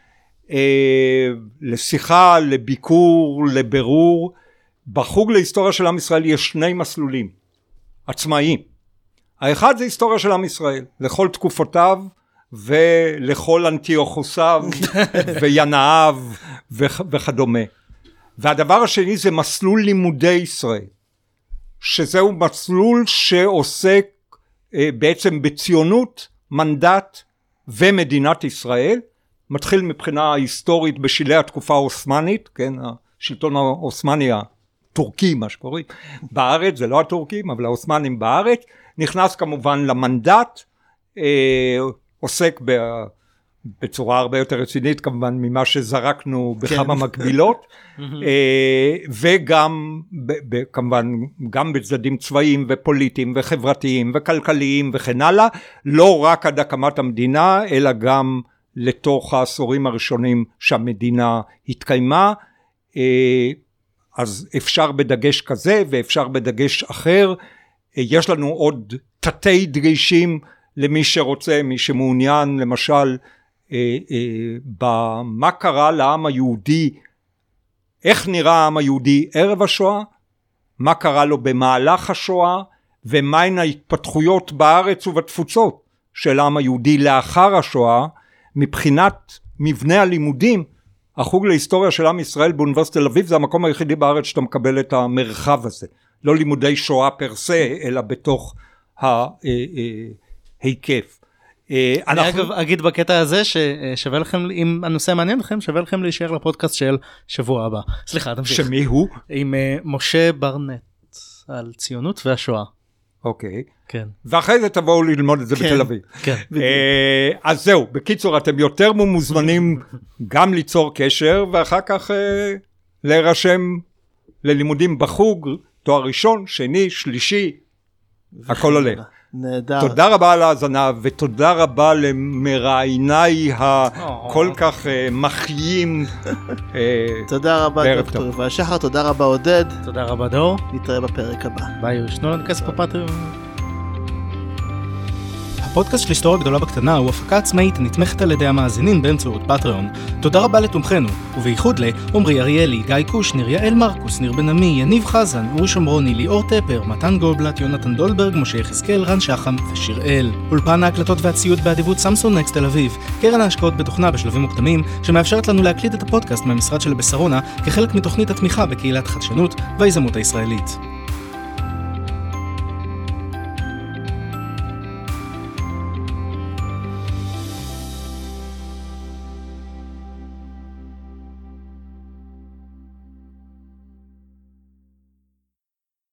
לשיחה, לביקור, לבירור. בחוג להיסטוריה של עם ישראל יש 2 מסלולים עצמאיים. האחד זה היסטוריה של עם ישראל, לכל תקופותיו ולכל אנטיוכוסיו וינאיו וכדומה. והדבר השני זה מסלול לימודי ישראל, שזהו מסלול שעוסק בעצם בציונות, מנדט ומדינת ישראל. מתחיל מבחינה היסטורית בשלהי התקופה האוסמנית, כן, השלטון האוסמני הטורקי, מה שקוראים בארץ, זה לא הטורקים אבל האוסמנים בארץ, נכנס כמובן למנדט, עוסק בצורה הרבה יותר רצינית כמובן ממה שזרקנו בכמה מקבילות, וגם כמובן גם בצדדים צבאיים ופוליטיים וחברתיים וכלכליים וכן הלאה, לא רק עד הקמת המדינה אלא גם לתוך העשורים הראשונים שהמדינה התקיימה. אז אפשר בדגש כזה ואפשר בדגש אחר. יש לנו עוד תתי דגשים למי שרוצה, מי שמעוניין, למשל במה קרה לעם היהודי, איך נראה העם היהודי ערב השואה, מה קרה לו במהלך השואה, ומהן ההתפתחויות בארץ ובתפוצות של העם היהודי לאחר השואה. מבחינת מבנה הלימודים, החוג להיסטוריה של עם ישראל באוניברסיטת תל אביב זה המקום היחידי בארץ שאתה מקבל את המרחב הזה, לא לימודי שואה פרסה אלא בתוך ההיקף. אני אגב אגיד בקטע הזה ששווה לכם, אם הנושא מעניין לכם, שווה לכם להישאר לפודקאסט של שבוע הבא. סליחה, תמשיך. שמי הוא? עם משה ברנט על ציונות והשואה. אוקיי. כן. ואחרי זה תבואו ללמוד את זה בתל אביב. כן. אז זהו, בקיצור אתם יותר מוזמנים גם ליצור קשר ואחר כך להירשם ללימודים בחוג, תואר ראשון, שני, שלישי, הכל עולה. נהדר. תודה רבה על ההאזנה ותודה רבה למראייניי הכל כך מחיים. תודה רבה דוקטור יובל שחר, תודה רבה עודד. תודה רבה דור. נתראה בפרק הבא. ביי, ישנו לנו כסף בפטריון. הפודקאסט של היסטוריה גדולה בקטנה הוא הפקה עצמאית הנתמכת על ידי המאזינים באמצעות פטריון. תודה רבה לתומכנו, ובייחוד לעומרי אריאלי, גיא קושניר, יעל מרקוס, ניר בן עמי, יניב חזן, אורי שמרוני, ליאור טפר, מתן גולדבלט, יונתן דולברג, משה יחזקאל, רן שחם ושיראל. אולפן ההקלטות והציוד באדיבות סמסון נקסט תל אביב, קרן ההשקעות בתוכנה בשלבים מוקדמים, שמאפשרת לנו להקליט את הפודקאסט מהמשרד של בשרונה כחלק מתוכנית התמיכה בקהילת חדשנות והיזמות הישראלית.